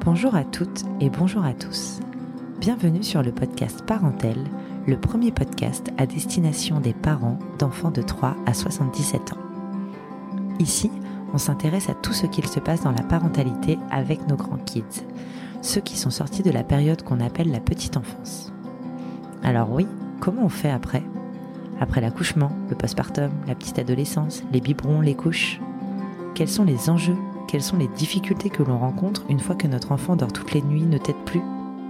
Bonjour à toutes et bonjour à tous. Bienvenue sur le podcast Parentèle, le premier podcast à destination des parents d'enfants de 3 à 77 ans. Ici, on s'intéresse à tout ce qu'il se passe dans la parentalité avec nos grands kids, ceux qui sont sortis de la période qu'on appelle la petite enfance. Alors oui, comment on fait après ? Après l'accouchement, le postpartum, la petite adolescence, les biberons, les couches ? Quels sont les enjeux ? Quelles sont les difficultés que l'on rencontre une fois que notre enfant dort toutes les nuits, ne tète plus ?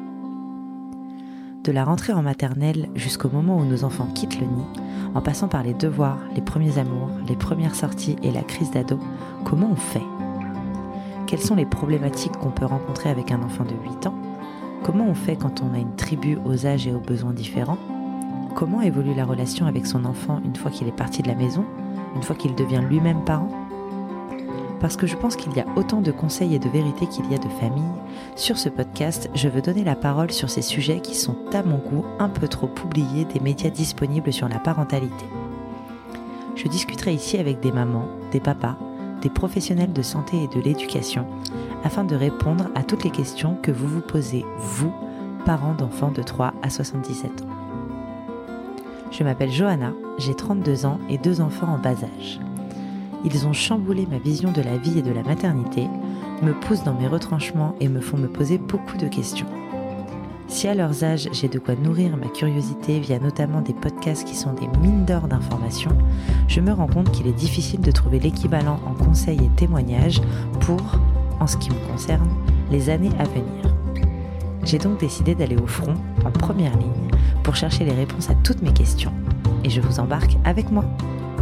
De la rentrée en maternelle jusqu'au moment où nos enfants quittent le nid, en passant par les devoirs, les premiers amours, les premières sorties et la crise d'ado, comment on fait ? Quelles sont les problématiques qu'on peut rencontrer avec un enfant de 8 ans ? Comment on fait quand on a une tribu aux âges et aux besoins différents ? Comment évolue la relation avec son enfant une fois qu'il est parti de la maison, une fois qu'il devient lui-même parent ? Parce que je pense qu'il y a autant de conseils et de vérités qu'il y a de familles, sur ce podcast, je veux donner la parole sur ces sujets qui sont, à mon goût, un peu trop oubliés des médias disponibles sur la parentalité. Je discuterai ici avec des mamans, des papas, des professionnels de santé et de l'éducation, afin de répondre à toutes les questions que vous vous posez, vous, parents d'enfants de 3 à 77 ans. Je m'appelle Johanna, j'ai 32 ans et 2 enfants en bas âge. Ils ont chamboulé ma vision de la vie et de la maternité, me poussent dans mes retranchements et me font me poser beaucoup de questions. Si à leurs âges, j'ai de quoi nourrir ma curiosité via notamment des podcasts qui sont des mines d'or d'informations, je me rends compte qu'il est difficile de trouver l'équivalent en conseils et témoignages pour, en ce qui me concerne, les années à venir. J'ai donc décidé d'aller au front, en première ligne, pour chercher les réponses à toutes mes questions. Et je vous embarque avec moi.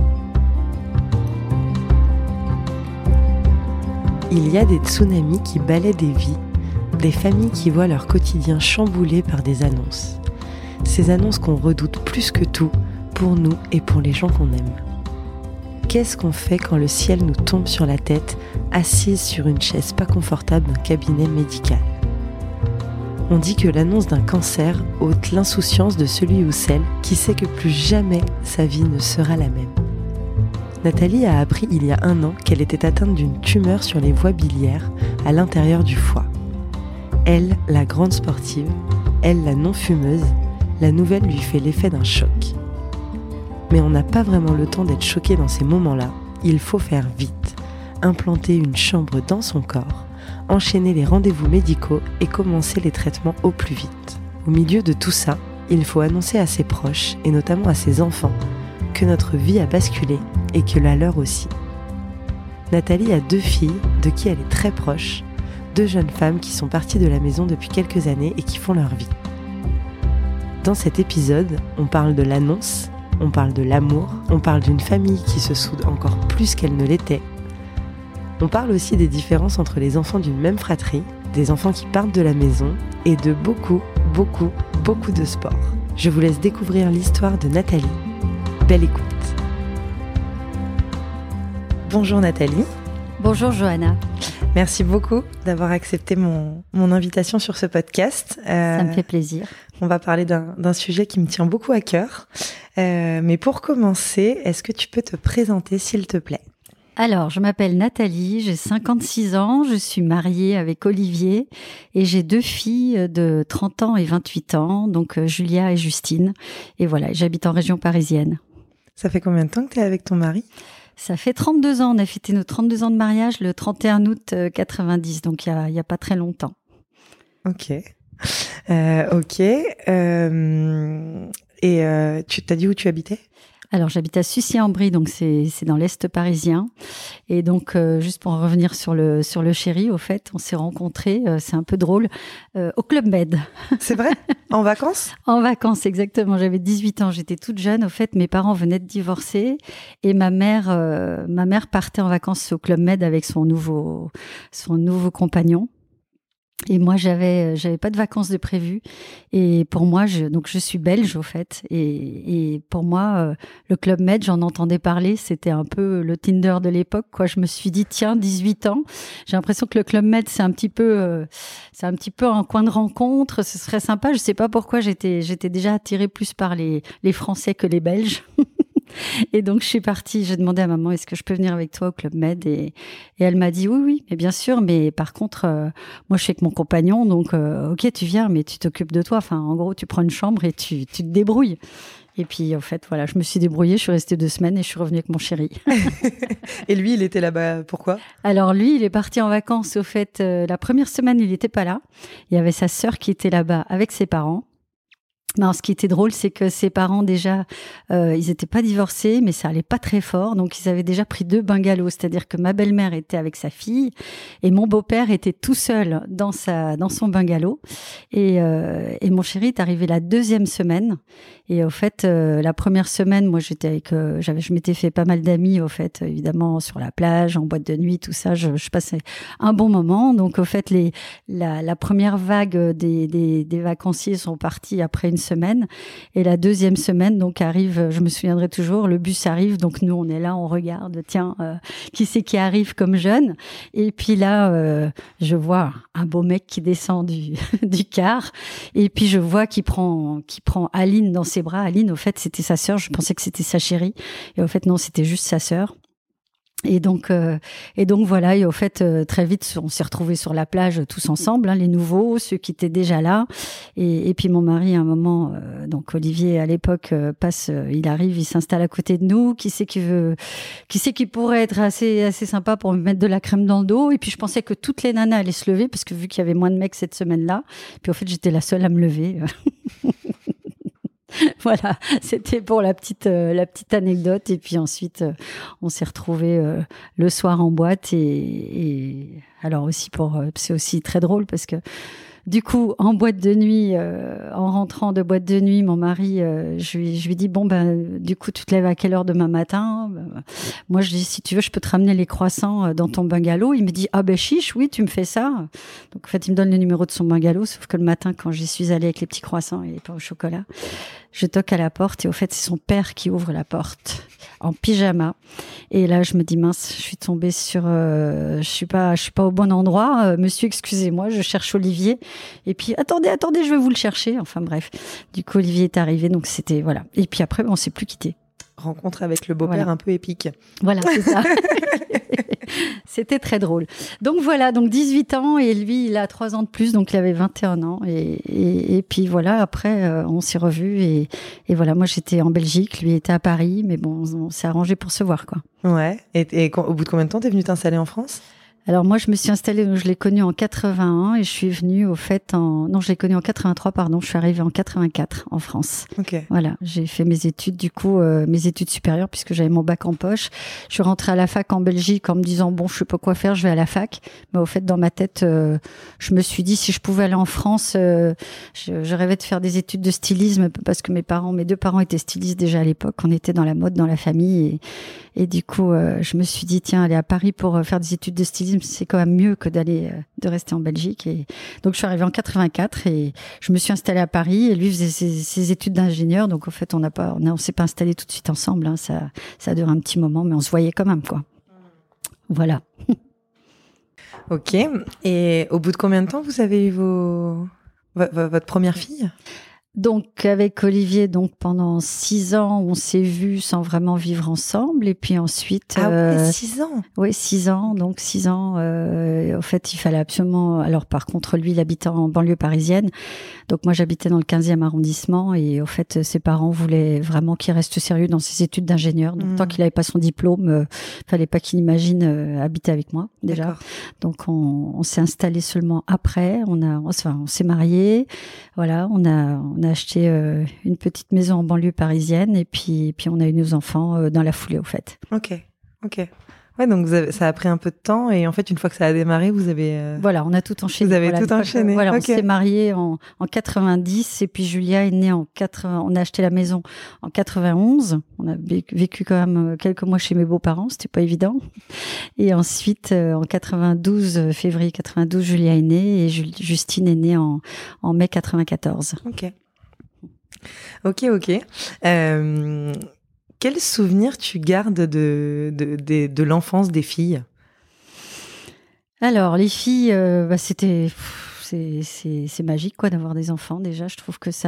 Il y a des tsunamis qui balaient des vies, des familles qui voient leur quotidien chamboulé par des annonces. Ces annonces qu'on redoute plus que tout, pour nous et pour les gens qu'on aime. Qu'est-ce qu'on fait quand le ciel nous tombe sur la tête, assise sur une chaise pas confortable d'un cabinet médical ? On dit que l'annonce d'un cancer ôte l'insouciance de celui ou celle qui sait que plus jamais sa vie ne sera la même. Nathalie a appris il y a 1 an qu'elle était atteinte d'une tumeur sur les voies biliaires à l'intérieur du foie. Elle, la grande sportive, elle, la non-fumeuse, la nouvelle lui fait l'effet d'un choc. Mais on n'a pas vraiment le temps d'être choqué dans ces moments-là. Il faut faire vite, implanter une chambre dans son corps, enchaîner les rendez-vous médicaux et commencer les traitements au plus vite. Au milieu de tout ça, il faut annoncer à ses proches, et notamment à ses enfants, que notre vie a basculé et que la leur aussi. Nathalie a 2 filles de qui elle est très proche, 2 jeunes femmes qui sont parties de la maison depuis quelques années et qui font leur vie. Dans cet épisode, on parle de l'annonce, on parle de l'amour, on parle d'une famille qui se soude encore plus qu'elle ne l'était. On parle aussi des différences entre les enfants d'une même fratrie, des enfants qui partent de la maison et de beaucoup de sport. Je vous laisse découvrir l'histoire de Nathalie. Belle écoute. Bonjour Nathalie. Bonjour Johanna. Merci beaucoup d'avoir accepté mon invitation sur ce podcast. Ça me fait plaisir. On va parler d'un sujet qui me tient beaucoup à cœur. Mais pour commencer, est-ce que tu peux te présenter s'il te plaît ? Alors, je m'appelle Nathalie, j'ai 56 ans, je suis mariée avec Olivier et j'ai 2 filles de 30 ans et 28 ans, donc Julia et Justine. Et voilà, j'habite en région parisienne. Ça fait combien de temps que tu es avec ton mari ? Ça fait 32 ans, on a fêté nos 32 ans de mariage le 31 août 90, donc il y a pas très longtemps. Ok. Et tu t'as dit où tu habitais ? Alors, j'habite à Sucy-en-Brie, donc c'est dans l'Est parisien. Et donc, juste pour en revenir sur le chéri, au fait, on s'est rencontrés, c'est un peu drôle, au Club Med. C'est vrai ? En vacances ? En vacances, exactement. J'avais 18 ans, j'étais toute jeune. Au fait, mes parents venaient de divorcer et ma mère partait en vacances au Club Med avec son nouveau compagnon. Et moi, j'avais pas de vacances de prévues. Et pour moi, donc je suis belge au fait. Et pour moi, le Club Med, j'en entendais parler. C'était un peu le Tinder de l'époque, quoi. Je me suis dit, tiens, 18 ans. J'ai l'impression que le Club Med, c'est un petit peu un coin de rencontre. Ce serait sympa. Je sais pas pourquoi j'étais déjà attirée plus par les Français que les Belges. Et donc, je suis partie, j'ai demandé à maman, est-ce que je peux venir avec toi au Club Med? Et elle m'a dit, oui, mais bien sûr, mais par contre, moi, je suis avec mon compagnon, donc, ok, tu viens, mais tu t'occupes de toi. Enfin, en gros, tu prends une chambre et tu te débrouilles. Et puis, en fait, voilà, je me suis débrouillée, je suis restée 2 semaines et je suis revenue avec mon chéri. Et lui, il était là-bas, pourquoi? Alors, lui, il est parti en vacances, au fait, la première semaine, il n'était pas là. Il y avait sa sœur qui était là-bas avec ses parents. Alors, ce qui était drôle, c'est que ses parents, déjà, ils n'étaient pas divorcés, mais ça allait pas très fort. Donc, ils avaient déjà pris 2 bungalows. C'est-à-dire que ma belle-mère était avec sa fille et mon beau-père était tout seul dans son bungalow. Et mon chéri est arrivé la 2e semaine. Et au fait, la première semaine, moi, j'étais avec, je m'étais fait pas mal d'amis, au fait, évidemment, sur la plage, en boîte de nuit, tout ça. Je passais un bon moment. Donc, au fait, la première vague des vacanciers sont partis après une semaine. Et la 2e semaine, donc, arrive, je me souviendrai toujours, le bus arrive. Donc, nous, on est là, on regarde, tiens, qui c'est qui arrive comme jeune? Et puis là, je vois un beau mec qui descend du car. Et puis, je vois qu'il prend Aline dans ses bras. Aline, au fait, c'était sa sœur. Je pensais que c'était sa chérie. Et au fait, non, c'était juste sa sœur. Et donc voilà. Et au fait, très vite, on s'est retrouvés sur la plage tous ensemble, hein, les nouveaux, ceux qui étaient déjà là. Et puis mon mari, à un moment, donc Olivier à l'époque il arrive, il s'installe à côté de nous. Qui c'est qui pourrait être assez sympa pour me mettre de la crème dans le dos. Et puis je pensais que toutes les nanas allaient se lever parce que vu qu'il y avait moins de mecs cette semaine-là. Puis au fait, j'étais la seule à me lever. Voilà, c'était pour la petite anecdote. Et puis ensuite, on s'est retrouvés le soir en boîte. Et alors aussi c'est aussi très drôle parce que du coup, en boîte de nuit, en rentrant de boîte de nuit, mon mari, je lui dis bon du coup, tu te lèves à quelle heure demain matin? Moi, je dis si tu veux, je peux te ramener les croissants dans ton bungalow. Il me dit ah ben chiche, oui, tu me fais ça. Donc en fait, il me donne le numéro de son bungalow. Sauf que le matin, quand j'y suis allée avec les petits croissants et les pains au chocolat, je toque à la porte et au fait, c'est son père qui ouvre la porte en pyjama. Et là, je me dis mince, je suis tombée sur, je suis pas au bon endroit. Monsieur, excusez-moi, je cherche Olivier. Et puis attendez, je vais vous le chercher. Enfin bref, du coup Olivier est arrivé, donc c'était voilà. Et puis après, on s'est plus quitté. Rencontre avec le beau-père voilà. Un peu épique. Voilà, c'est ça. C'était très drôle. Donc voilà, donc 18 ans et lui, il a 3 ans de plus, donc il avait 21 ans. Et puis voilà, après, on s'est revus et voilà, moi j'étais en Belgique, lui était à Paris, mais bon, on s'est arrangé pour se voir, quoi. Ouais. Et au bout de combien de temps t'es venue t'installer en France? Alors moi, je me suis installée, je l'ai connu en 81 et je suis venue au fait non, je l'ai connu en 83, pardon, je suis arrivée en 84 en France. Ok. Voilà, j'ai fait mes études, du coup, mes études supérieures puisque j'avais mon bac en poche. Je suis rentrée à la fac en Belgique en me disant bon, je sais pas quoi faire, je vais à la fac. Mais au fait, dans ma tête, je me suis dit si je pouvais aller en France, je rêvais de faire des études de stylisme parce que mes 2 parents étaient stylistes déjà à l'époque. On était dans la mode dans la famille et du coup, je me suis dit tiens, aller à Paris pour faire des études de stylisme, c'est quand même mieux que de rester en Belgique. Et donc, je suis arrivée en 84 et je me suis installée à Paris et lui faisait ses études d'ingénieur. Donc, en fait, on s'est pas installés tout de suite ensemble, hein. Ça a duré un petit moment, mais on se voyait quand même, quoi. Voilà. Ok. Et au bout de combien de temps vous avez eu votre première fille? Donc, avec Olivier, donc pendant 6 ans, on s'est vus sans vraiment vivre ensemble. Et puis ensuite... ouais, 6 ans. Oui, 6 ans. Donc, 6 ans. En fait, il fallait absolument... Alors, par contre, lui, il habitait en banlieue parisienne. Donc, moi, j'habitais dans le 15e arrondissement. Et au fait, ses parents voulaient vraiment qu'il reste sérieux dans ses études d'ingénieur. Donc, tant qu'il n'avait pas son diplôme, fallait pas qu'il imagine habiter avec moi, déjà. D'accord. Donc, on s'est installé seulement après. On s'est mariés. Voilà, on a acheté une petite maison en banlieue parisienne et puis on a eu nos enfants dans la foulée, au fait. Ok. Ouais, donc ça a pris un peu de temps et en fait, une fois que ça a démarré, vous avez... Voilà, on a tout enchaîné. Vous avez tout enchaîné. Voilà, okay. On s'est mariés en 90 et puis Julia est née en 80. On a acheté la maison en 91. On a vécu quand même quelques mois chez mes beaux-parents, c'était pas évident. Et ensuite, en 92, février 92, Julia est née et Justine est née en mai 94. Ok. Quel souvenir tu gardes de l'enfance des filles? Alors, les filles, c'était c'est magique quoi d'avoir des enfants. Déjà, je trouve que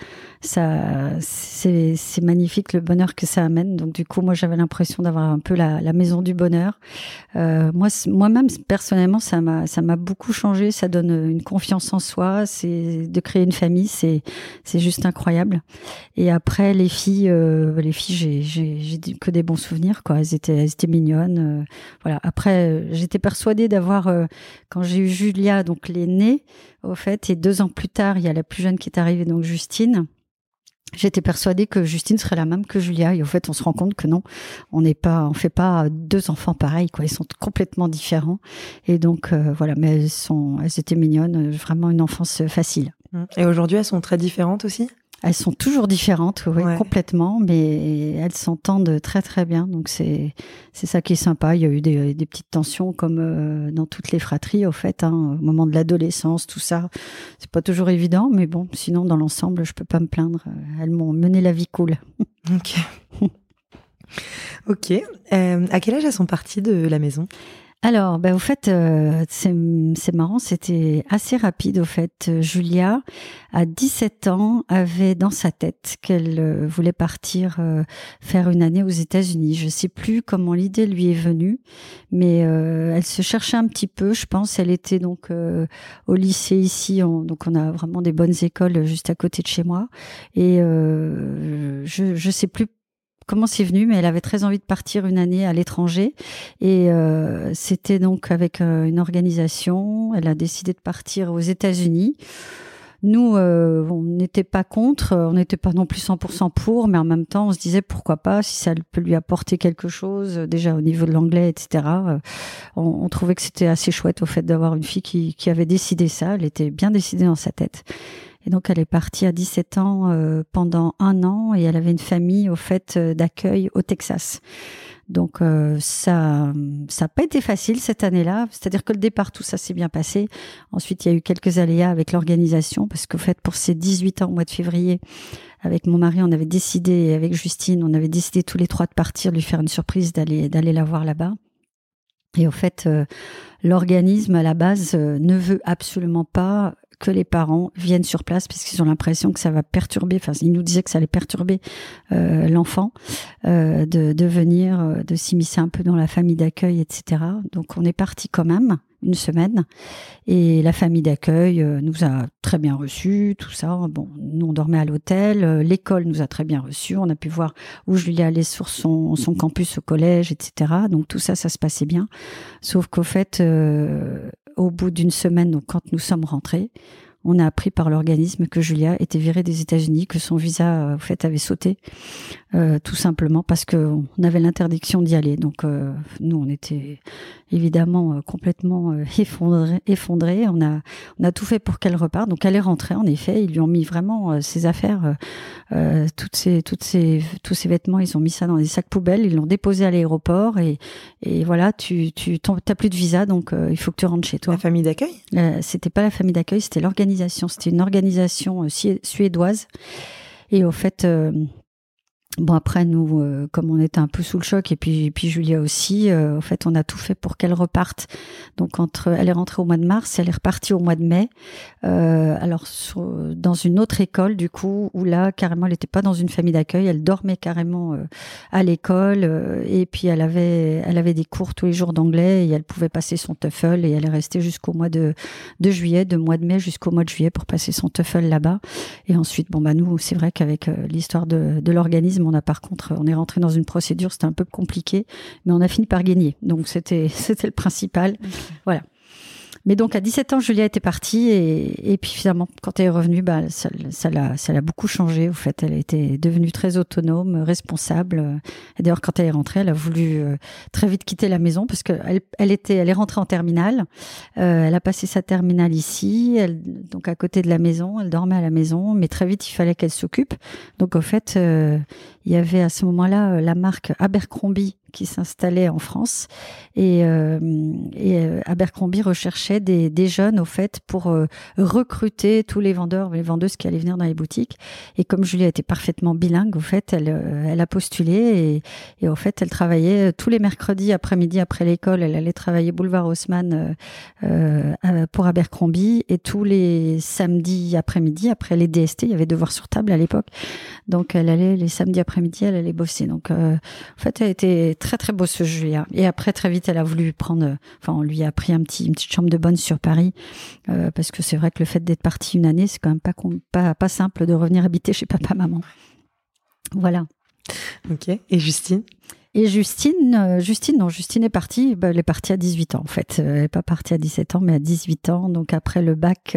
c'est magnifique le bonheur que ça amène. Donc du coup, moi j'avais l'impression d'avoir un peu la maison du bonheur. Moi-même personnellement, ça m'a beaucoup changé. Ça donne une confiance en soi. C'est de créer une famille, c'est juste incroyable. Et après les filles, j'ai que des bons souvenirs quoi. Elles étaient mignonnes. Voilà. Après, j'étais persuadée d'avoir quand j'ai eu Julia, donc l'aînée, au fait, et 2 ans plus tard, il y a la plus jeune qui est arrivée, donc Justine. J'étais persuadée que Justine serait la même que Julia, et au fait, on se rend compte que non, on fait pas 2 enfants pareils, quoi. Ils sont complètement différents, et donc voilà. Mais elles étaient mignonnes, vraiment une enfance facile. Et aujourd'hui, elles sont très différentes aussi ? Elles sont toujours différentes, oui, Ouais. complètement, mais elles s'entendent très très bien. Donc c'est ça qui est sympa. Il y a eu des petites tensions comme dans toutes les fratries, au fait, au moment de l'adolescence, tout ça. C'est pas toujours évident, mais bon, sinon dans l'ensemble, je peux pas me plaindre. Elles m'ont mené la vie cool. Ok. Ok. À quel âge elles sont parties de la maison ? Alors, au fait, c'est marrant, c'était assez rapide. Au fait, Julia, à 17 ans, avait dans sa tête qu'elle voulait partir faire une année aux États-Unis. Je sais plus comment l'idée lui est venue, mais elle se cherchait un petit peu, je pense. Elle était donc au lycée ici, donc on a vraiment des bonnes écoles juste à côté de chez moi. Et je sais plus comment c'est venu, mais elle avait très envie de partir une année à l'étranger. Et c'était donc avec une organisation. Elle a décidé de partir aux États-Unis. Nous, on n'était pas contre, on n'était pas non plus 100% pour, mais en même temps, on se disait pourquoi pas, si ça peut lui apporter quelque chose, déjà au niveau de l'anglais, etc. On trouvait que c'était assez chouette au fait d'avoir une fille qui avait décidé ça. Elle était bien décidée dans sa tête. Et donc, elle est partie à 17 ans pendant 1 an et elle avait une famille, au fait, d'accueil au Texas. Donc, ça a pas été facile cette année-là. C'est-à-dire que le départ, tout ça s'est bien passé. Ensuite, il y a eu quelques aléas avec l'organisation parce qu'au fait, pour ses 18 ans au mois de février, avec mon mari, on avait décidé, et avec Justine, on avait décidé tous les 3 de partir, de lui faire une surprise, d'aller la voir là-bas. Et au fait, l'organisme, à la base, ne veut absolument pas que les parents viennent sur place parce qu'ils ont l'impression que ça va perturber, enfin, ils nous disaient que ça allait perturber l'enfant, de venir, de s'immiscer un peu dans la famille d'accueil, etc. Donc, on est parti quand même 1 semaine et la famille d'accueil nous a très bien reçus, tout ça. Bon, nous, on dormait à l'hôtel, l'école nous a très bien reçus, on a pu voir où Julia allait sur son campus au collège, etc. Donc, tout ça, ça se passait bien. Sauf qu'au fait, au bout d'1 semaine, donc quand nous sommes rentrés, on a appris par l'organisme que Julia était virée des États-Unis, que son visa, au fait, avait sauté, tout simplement parce qu'on avait l'interdiction d'y aller. Donc, nous, on était évidemment complètement effondrés. On a tout fait pour qu'elle reparte. Donc, elle est rentrée, en effet. Ils lui ont mis vraiment ses affaires, tous ces vêtements, ils ont mis ça dans des sacs poubelles. Ils l'ont déposé à l'aéroport et voilà, t'as plus de visa, donc il faut que tu rentres chez toi. La famille d'accueil ? C'était pas la famille d'accueil, c'était l'organisation. C'était une organisation suédoise. Et au fait, bon, après, nous, comme on était un peu sous le choc, et puis Julia aussi, au fait, on a tout fait pour qu'elle reparte. Donc, elle est rentrée au mois de mars, elle est repartie au mois de mai. Alors, dans une autre école, du coup, où là, carrément, elle n'était pas dans une famille d'accueil, elle dormait carrément à l'école, et puis elle avait des cours tous les jours d'anglais, et elle pouvait passer son TOEFL, et elle est restée jusqu'au mois de juillet, de mois de mai jusqu'au mois de juillet pour passer son TOEFL là-bas. Et ensuite, bon, nous, c'est vrai qu'avec l'histoire de l'organisme, on est rentré dans une procédure, c'était un peu compliqué, mais on a fini par gagner. Donc, c'était le principal. Okay. Voilà. Mais donc, à 17 ans, Julia était partie et puis finalement, quand elle est revenue, ça l'a beaucoup changé. Au fait, elle était devenue très autonome, responsable. Et d'ailleurs, quand elle est rentrée, elle a voulu très vite quitter la maison parce qu'elle est rentrée en terminale. Elle a passé sa terminale ici, donc à côté de la maison. Elle dormait à la maison, mais très vite, il fallait qu'elle s'occupe. Donc, au fait, il y avait à ce moment-là la marque Abercrombie qui s'installait en France et Abercrombie recherchait des jeunes au fait pour recruter tous les vendeurs, les vendeuses qui allaient venir dans les boutiques. Et comme Julia était parfaitement bilingue, au fait, elle a postulé et au fait, elle travaillait tous les mercredis après-midi après l'école. Elle allait travailler boulevard Haussmann pour Abercrombie et tous les samedis après-midi après les DST, il y avait devoirs sur table à l'époque. Donc elle allait les samedis après-midi, elle allait bosser. Donc en fait, elle était très très bosseuse, Julia. Et après, très vite, elle a voulu prendre, on lui a pris une petite chambre de bonne sur Paris, parce que c'est vrai que le fait d'être partie une année, c'est quand même pas simple de revenir habiter chez papa-maman. Voilà. Ok. Et Justine? Et Justine est partie, elle est partie à 18 ans en fait. Elle n'est pas partie à 17 ans, mais à 18 ans. Donc après le bac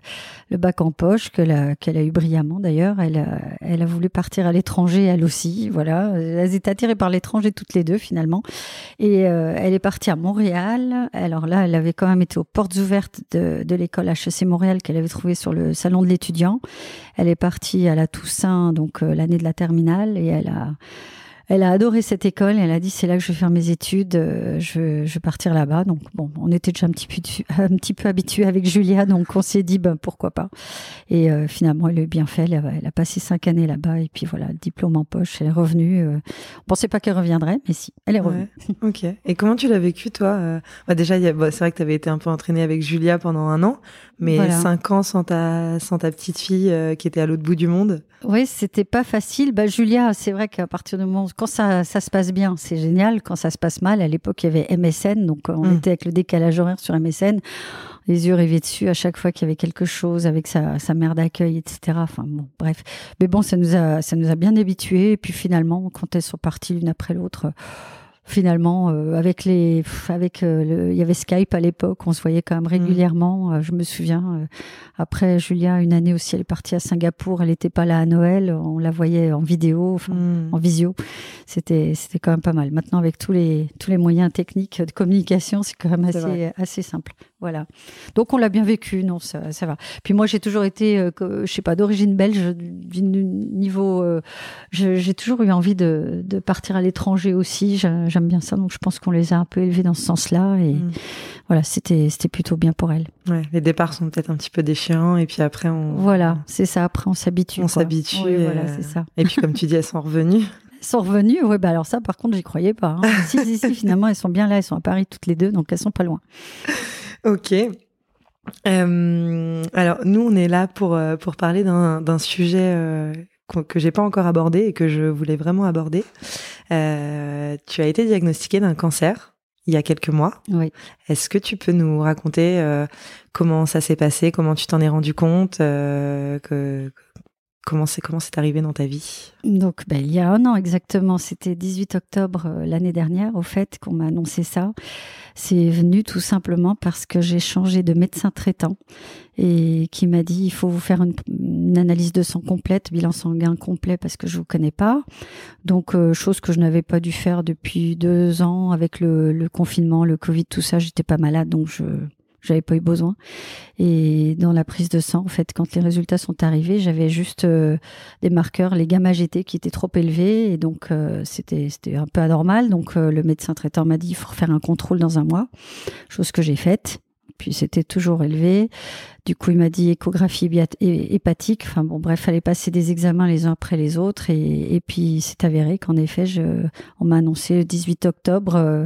en poche, qu'elle a eu brillamment d'ailleurs, elle a voulu partir à l'étranger elle aussi. Voilà, elles étaient attirées par l'étranger toutes les deux finalement. Et elle est partie à Montréal. Alors là, elle avait quand même été aux portes ouvertes de l'école HEC Montréal qu'elle avait trouvée sur le salon de l'étudiant. Elle est partie à la Toussaint, donc l'année de la terminale, et elle a adoré cette école. Elle a dit, c'est là que je vais faire mes études. Je vais partir là-bas. Donc, bon, on était déjà un petit peu habitués avec Julia. Donc, on s'est dit, pourquoi pas. Et finalement, elle a bien fait. Elle a passé 5 années là-bas. Et puis voilà, le diplôme en poche. Elle est revenue. On pensait pas qu'elle reviendrait, mais si, elle est revenue. Ouais, ok. Et comment tu l'as vécu, toi? Déjà, c'est vrai que tu avais été un peu entraînée avec Julia pendant 1 an. Mais voilà. 5 ans sans ta petite fille qui était à l'autre bout du monde. Oui, c'était pas facile. Julia, c'est vrai qu'à partir du moment quand ça se passe bien, c'est génial. Quand ça se passe mal, à l'époque, il y avait MSN, donc on était avec le décalage horaire sur MSN, les yeux rivés dessus à chaque fois qu'il y avait quelque chose avec sa mère d'accueil, etc. Enfin bon, bref. Mais bon, ça nous a bien habitués. Et puis finalement, quand elles sont parties l'une après l'autre. Finalement, il y avait Skype à l'époque, on se voyait quand même régulièrement. Je me souviens, après Julia, une année aussi, elle est partie à Singapour, elle n'était pas là à Noël, on la voyait en vidéo, en visio. C'était quand même pas mal. Maintenant, avec tous les moyens techniques de communication, c'est quand même assez simple. Voilà. Donc on l'a bien vécu, non, ça va. Puis moi, j'ai toujours été, je sais pas, d'origine belge, j'ai toujours eu envie de partir à l'étranger aussi. J'aime bien ça, donc je pense qu'on les a un peu élevés dans ce sens-là. Et voilà, c'était plutôt bien pour elles. Ouais, les départs sont peut-être un petit peu déchirants, et puis après Voilà, c'est ça. Après, on s'habitue. On s'habitue. Oui, voilà, c'est ça. Et puis comme tu dis, elles sont revenues. Elles sont revenues, oui. Alors ça, par contre, j'y croyais pas. Hein. Si, finalement, elles sont bien là. Elles sont à Paris toutes les deux, donc elles sont pas loin. Ok. Alors nous, on est là pour parler d'un sujet que j'ai pas encore abordé et que je voulais vraiment aborder. Tu as été diagnostiquée d'un cancer il y a quelques mois. Oui. Est-ce que tu peux nous raconter comment ça s'est passé, comment tu t'en es rendu compte, comment c'est arrivé dans ta vie? Donc, il y a 1 an exactement, c'était 18 octobre l'année dernière, au fait, qu'on m'a annoncé ça. C'est venu tout simplement parce que j'ai changé de médecin traitant et qui m'a dit il faut vous faire une analyse de sang complète, bilan sanguin complet parce que je vous connais pas. Donc, chose que je n'avais pas dû faire depuis 2 ans avec le confinement, le Covid, tout ça. J'étais pas malade, donc j'avais pas eu besoin. Et dans la prise de sang, en fait, quand les résultats sont arrivés, j'avais juste des marqueurs, les gamma-GT qui étaient trop élevés. Et donc, c'était un peu anormal. Donc, le médecin traitant m'a dit, il faut refaire un contrôle dans 1 mois. Chose que j'ai faite. Puis, c'était toujours élevé. Du coup, il m'a dit échographie hépatique. Enfin bon, bref, fallait passer des examens les uns après les autres. Et puis, c'est avéré qu'en effet, on m'a annoncé le 18 octobre...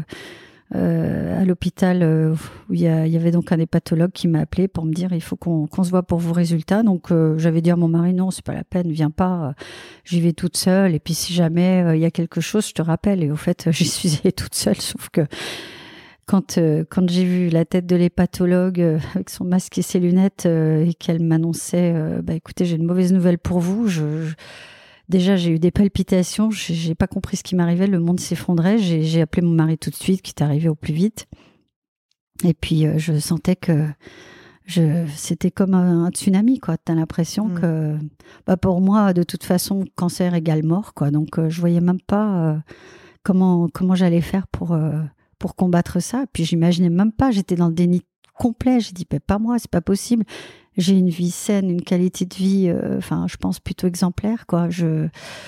à l'hôpital où il y avait donc un hépatologue qui m'a appelé pour me dire il faut qu'on se voit pour vos résultats. Donc j'avais dit à mon mari non, c'est pas la peine, viens pas, j'y vais toute seule et puis si jamais il y a quelque chose, je te rappelle. Et au fait, j'y suis allée toute seule, sauf que quand j'ai vu la tête de l'hépatologue avec son masque et ses lunettes et qu'elle m'annonçait écoutez, j'ai une mauvaise nouvelle pour vous, déjà, j'ai eu des palpitations, j'ai pas compris ce qui m'arrivait, le monde s'effondrait, j'ai appelé mon mari tout de suite, qui est arrivé au plus vite. Et puis, je sentais que c'était comme un tsunami, quoi. T'as l'impression que, pour moi, de toute façon, cancer égale mort, quoi. Donc, je voyais même pas comment j'allais faire pour combattre ça. Puis, j'imaginais même pas, j'étais dans le déni complet. J'ai dit, pas moi, c'est pas possible. J'ai une vie saine, une qualité de vie, je pense plutôt exemplaire, quoi.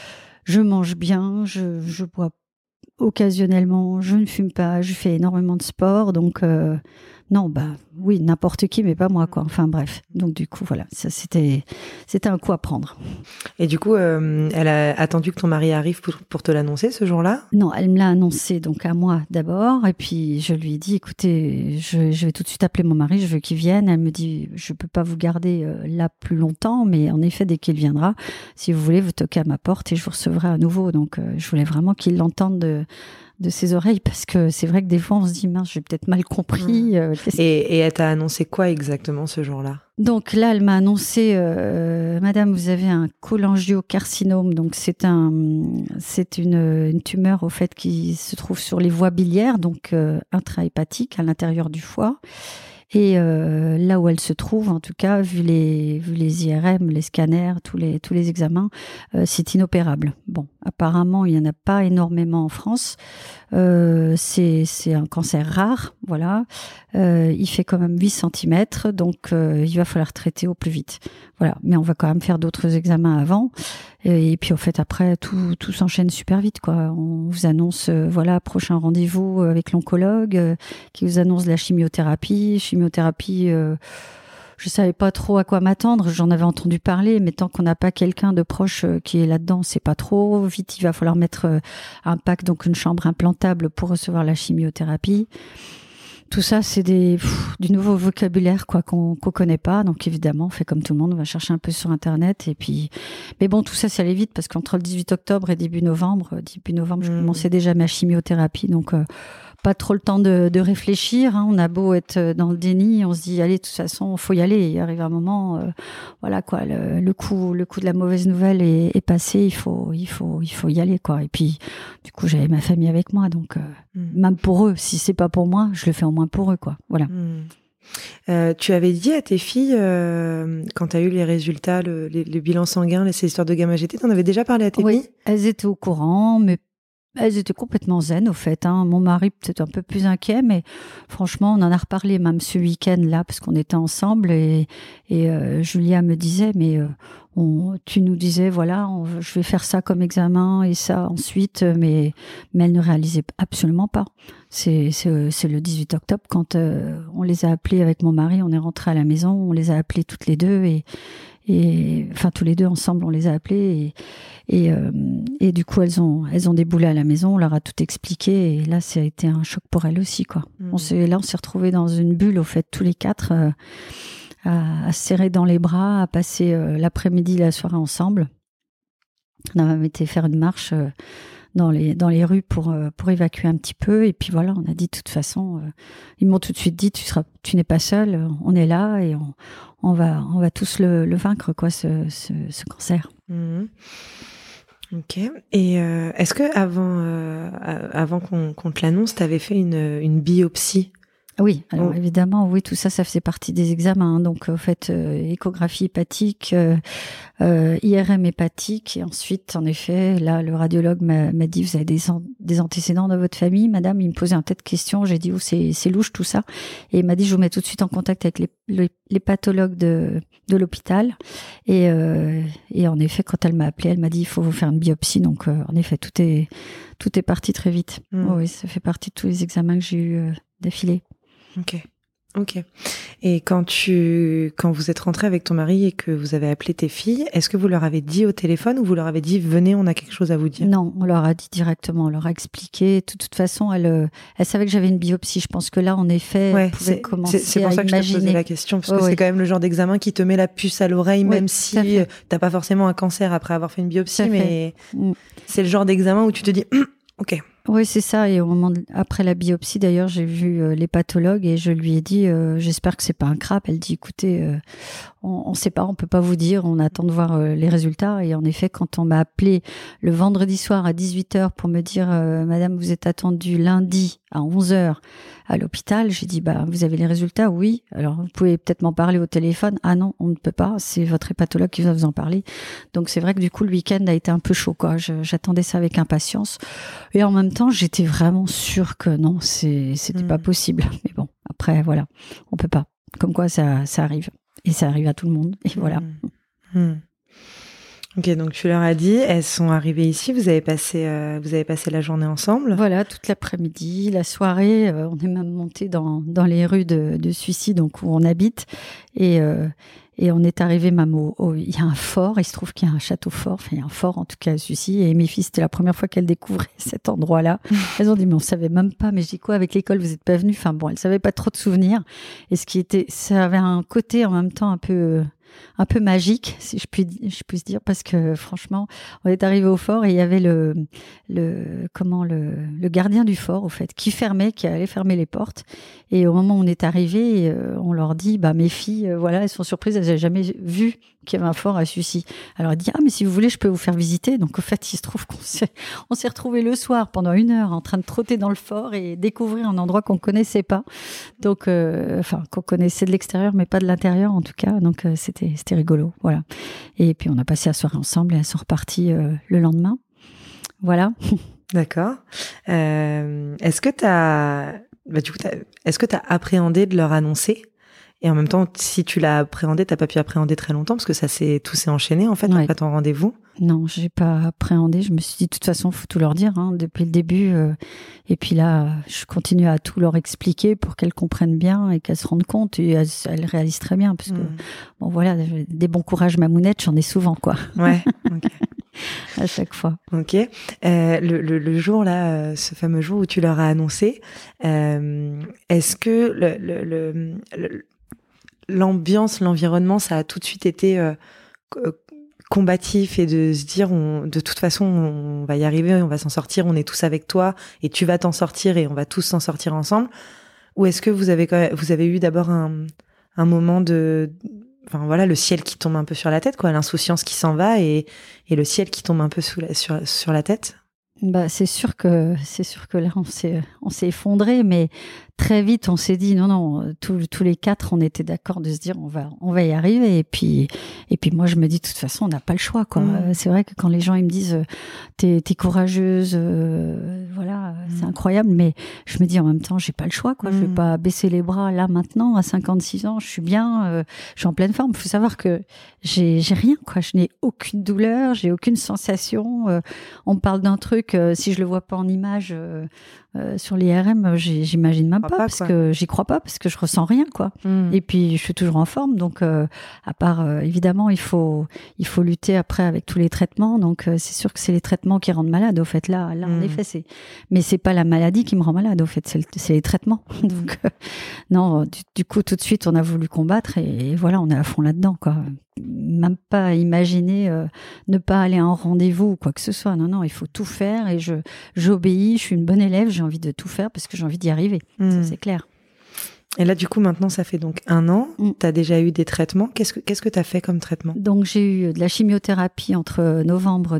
Je mange bien, je bois occasionnellement, je ne fume pas, je fais énormément de sport, donc non, oui, n'importe qui, mais pas moi, quoi. Enfin bref, donc du coup, voilà, ça c'était un coup à prendre. Et du coup, elle a attendu que ton mari arrive pour te l'annoncer ce jour-là ? Non, elle me l'a annoncé donc à moi d'abord, et puis je lui ai dit, écoutez, je vais tout de suite appeler mon mari, je veux qu'il vienne. Elle me dit, je peux pas vous garder là plus longtemps, mais en effet, dès qu'il viendra, si vous voulez, vous toquez à ma porte et je vous recevrai à nouveau. Donc, je voulais vraiment qu'il l'entende de ses oreilles, parce que c'est vrai que des fois on se dit mince, j'ai peut-être mal compris. Et elle t'a annoncé quoi exactement ce jour-là ? Donc là, elle m'a annoncé, Madame, vous avez un cholangiocarcinome, donc c'est une tumeur au fait qui se trouve sur les voies biliaires, donc intrahépatique à l'intérieur du foie. Et là où elle se trouve, en tout cas, vu les IRM, les scanners, tous les examens, c'est inopérable. Bon, apparemment, il n'y en a pas énormément en France. C'est un cancer rare, voilà. Il fait quand même 8 cm, donc il va falloir traiter au plus vite. Voilà, mais on va quand même faire d'autres examens avant. Et puis, au fait, après, tout s'enchaîne super vite, quoi. On vous annonce, voilà, prochain rendez-vous avec l'oncologue, qui vous annonce la chimiothérapie. Je savais pas trop à quoi m'attendre. J'en avais entendu parler, mais tant qu'on n'a pas quelqu'un de proche qui est là-dedans, c'est pas trop. Vite, il va falloir mettre un pack, donc une chambre implantable pour recevoir la chimiothérapie. Tout ça, c'est du nouveau vocabulaire, quoi, qu'on connaît pas. Donc évidemment, on fait comme tout le monde, on va chercher un peu sur Internet. Et puis, mais bon, tout ça, c'est allé vite, parce qu'entre le 18 octobre et début novembre, je commençais déjà ma chimiothérapie. Donc pas trop le temps de réfléchir, hein. On a beau être dans le déni, on se dit allez, de toute façon, faut y aller. Il arrive un moment, voilà, quoi, le coup de la mauvaise nouvelle est passé. Il faut y aller, quoi. Et puis, du coup, j'avais ma famille avec moi, donc même pour eux, si c'est pas pour moi, je le fais au moins pour eux, quoi. Voilà. Tu avais dit à tes filles, quand tu as eu les résultats, le bilan sanguin, ces histoires de gamma-GT, tu en avais déjà parlé à tes filles ? Oui, elles étaient au courant, mais elles étaient complètement zen, au fait, hein. Mon mari, peut-être un peu plus inquiet, mais franchement, on en a reparlé même ce week-end-là, parce qu'on était ensemble, et Julia me disait, mais tu nous disais, voilà, je vais faire ça comme examen et ça ensuite, mais elle ne réalisait absolument pas. C'est le 18 octobre, quand on les a appelés avec mon mari, on est rentrés à la maison, on les a appelés toutes les deux, et enfin tous les deux ensemble on les a appelés et du coup elles ont déboulé à la maison, on leur a tout expliqué, et là ça a été un choc pour elles aussi, quoi. On s'est retrouvés dans une bulle, au fait, tous les quatre, à se serrer dans les bras, à passer l'après-midi, la soirée ensemble. On a même été faire une marche dans les rues pour évacuer un petit peu, et puis voilà, on a dit de toute façon, ils m'ont tout de suite dit, tu n'es pas seule, on est là, et on va tous le vaincre, quoi, ce cancer. Ok. Et est-ce que avant qu'on te l'annonce, tu avais fait une biopsie ? Oui, alors évidemment, oui, tout ça faisait partie des examens, hein. Donc, en fait, échographie hépatique, IRM hépatique, et ensuite, en effet, là, le radiologue m'a dit, vous avez des antécédents dans votre famille, madame? Il me posait un tas de questions, j'ai dit, c'est louche tout ça, et il m'a dit, je vous mets tout de suite en contact avec les pathologues de l'hôpital, et en effet, quand elle m'a appelé, elle m'a dit, il faut vous faire une biopsie. Donc, en effet, tout est parti très vite. Oui, ça fait partie de tous les examens que j'ai eu d'affilée. Ok. Et quand vous êtes rentré avec ton mari et que vous avez appelé tes filles, est-ce que vous leur avez dit au téléphone, ou vous leur avez dit, venez, on a quelque chose à vous dire ? Non, on leur a dit directement, on leur a expliqué. De toute façon, elle savait que j'avais une biopsie. Je pense que là, en effet, elle pouvait commencer à imaginer. C'est pour ça que je te posais la question, parce que c'est quand même le genre d'examen qui te met la puce à l'oreille, même si t'as pas forcément un cancer après avoir fait une biopsie, mais c'est le genre d'examen où tu te dis, ok. Oui, c'est ça. Et au moment après la biopsie, d'ailleurs, j'ai vu les pathologues et je lui ai dit, j'espère que c'est pas un crabe. Elle dit, écoutez, on sait pas, on peut pas vous dire, on attend de voir les résultats. Et en effet, quand on m'a appelé le vendredi soir à 18h pour me dire, madame, vous êtes attendue lundi à 11h à l'hôpital, j'ai dit, vous avez les résultats? Oui. Alors, vous pouvez peut-être m'en parler au téléphone. Ah non, on ne peut pas. C'est votre hépatologue qui va vous en parler. Donc, c'est vrai que du coup, le week-end a été un peu chaud, quoi. J'attendais ça avec impatience. Et en même temps, j'étais vraiment sûre que non, c'était pas possible. Mais bon, après, voilà, on peut pas. Comme quoi, ça arrive. Et ça arrive à tout le monde. Et voilà. Ok, donc tu leur as dit, elles sont arrivées ici, vous avez passé la journée ensemble. Voilà, toute l'après-midi, la soirée, on est même monté dans les rues de Sucy, donc où on habite, et on est arrivé même il y a un fort, il se trouve qu'il y a un château fort, enfin il y a un fort en tout cas à Sucy, et mes filles, c'était la première fois qu'elles découvraient cet endroit-là. Elles ont dit, mais on savait même pas, mais je dis quoi, avec l'école, vous n'êtes pas venus? Enfin bon, elles savaient pas trop de souvenirs, et ça avait un côté en même temps un peu magique, si je puis dire, parce que franchement, on est arrivé au fort et il y avait le gardien du fort, au fait, qui allait fermer les portes. Et au moment où on est arrivé, on leur dit, mes filles, voilà, elles sont surprises, elles n'avaient jamais vu qu'il y avait un fort à Sucy. Alors elle dit, mais si vous voulez, je peux vous faire visiter. Donc au fait, il se trouve qu'on s'est retrouvés le soir pendant 1 heure en train de trotter dans le fort et découvrir un endroit qu'on connaissait pas. Donc, qu'on connaissait de l'extérieur, mais pas de l'intérieur en tout cas. Donc c'était rigolo, voilà. Et puis on a passé la soirée ensemble et elles sont reparties le lendemain. Voilà. D'accord. Est-ce que t'as appréhendé de leur annoncer? Et en même temps, si tu l'as appréhendé, t'as pas pu appréhender très longtemps parce que tout s'est enchaîné en fait après ton rendez-vous. Non, j'ai pas appréhendé. Je me suis dit de toute façon, faut tout leur dire depuis le début. Et puis là, je continue à tout leur expliquer pour qu'elles comprennent bien et qu'elles se rendent compte. Et elles réalisent très bien parce que bon voilà, des bons courages mamounette, j'en ai souvent quoi. Ouais. Ok. À chaque fois. Ok. Le jour là, ce fameux jour où tu leur as annoncé, est-ce que l'ambiance, l'environnement, ça a tout de suite été combatif et de se dire de toute façon on va y arriver, on va s'en sortir, on est tous avec toi et tu vas t'en sortir et on va tous s'en sortir ensemble? Ou est-ce que vous avez eu d'abord un moment enfin voilà, le ciel qui tombe un peu sur la tête, quoi, l'insouciance qui s'en va et le ciel qui tombe un peu sur la tête? C'est sûr que là on s'est effondré, mais très vite on s'est dit non, tous les 4 on était d'accord de se dire on va y arriver, et puis moi je me dis de toute façon on n'a pas le choix quoi. C'est vrai que quand les gens ils me disent t'es courageuse, voilà, c'est incroyable, mais je me dis en même temps j'ai pas le choix quoi. Je vais pas baisser les bras là maintenant à 56 ans, je suis bien, je suis en pleine forme. Faut savoir que j'ai rien quoi, je n'ai aucune douleur, j'ai aucune sensation. On me parle d'un truc, si je le vois pas en image sur l'IRM, j'imagine même pas, parce que j'y crois pas, parce que je ressens rien quoi. Et puis je suis toujours en forme, donc à part évidemment il faut lutter après avec tous les traitements, donc c'est sûr que c'est les traitements qui rendent malade au fait. Là en effet mais c'est pas la maladie qui me rend malade au fait, c'est les traitements. Donc non, du coup tout de suite on a voulu combattre et voilà, on est à fond là-dedans quoi. Même pas imaginer ne pas aller à un rendez-vous ou quoi que ce soit. Non, il faut tout faire et j'obéis, je suis une bonne élève, j'ai envie de tout faire parce que j'ai envie d'y arriver. Ça, c'est clair. Et là, du coup, maintenant, ça fait donc 1 an. Tu as déjà eu des traitements. Qu'est-ce que tu as fait comme traitement? Donc, j'ai eu de la chimiothérapie entre novembre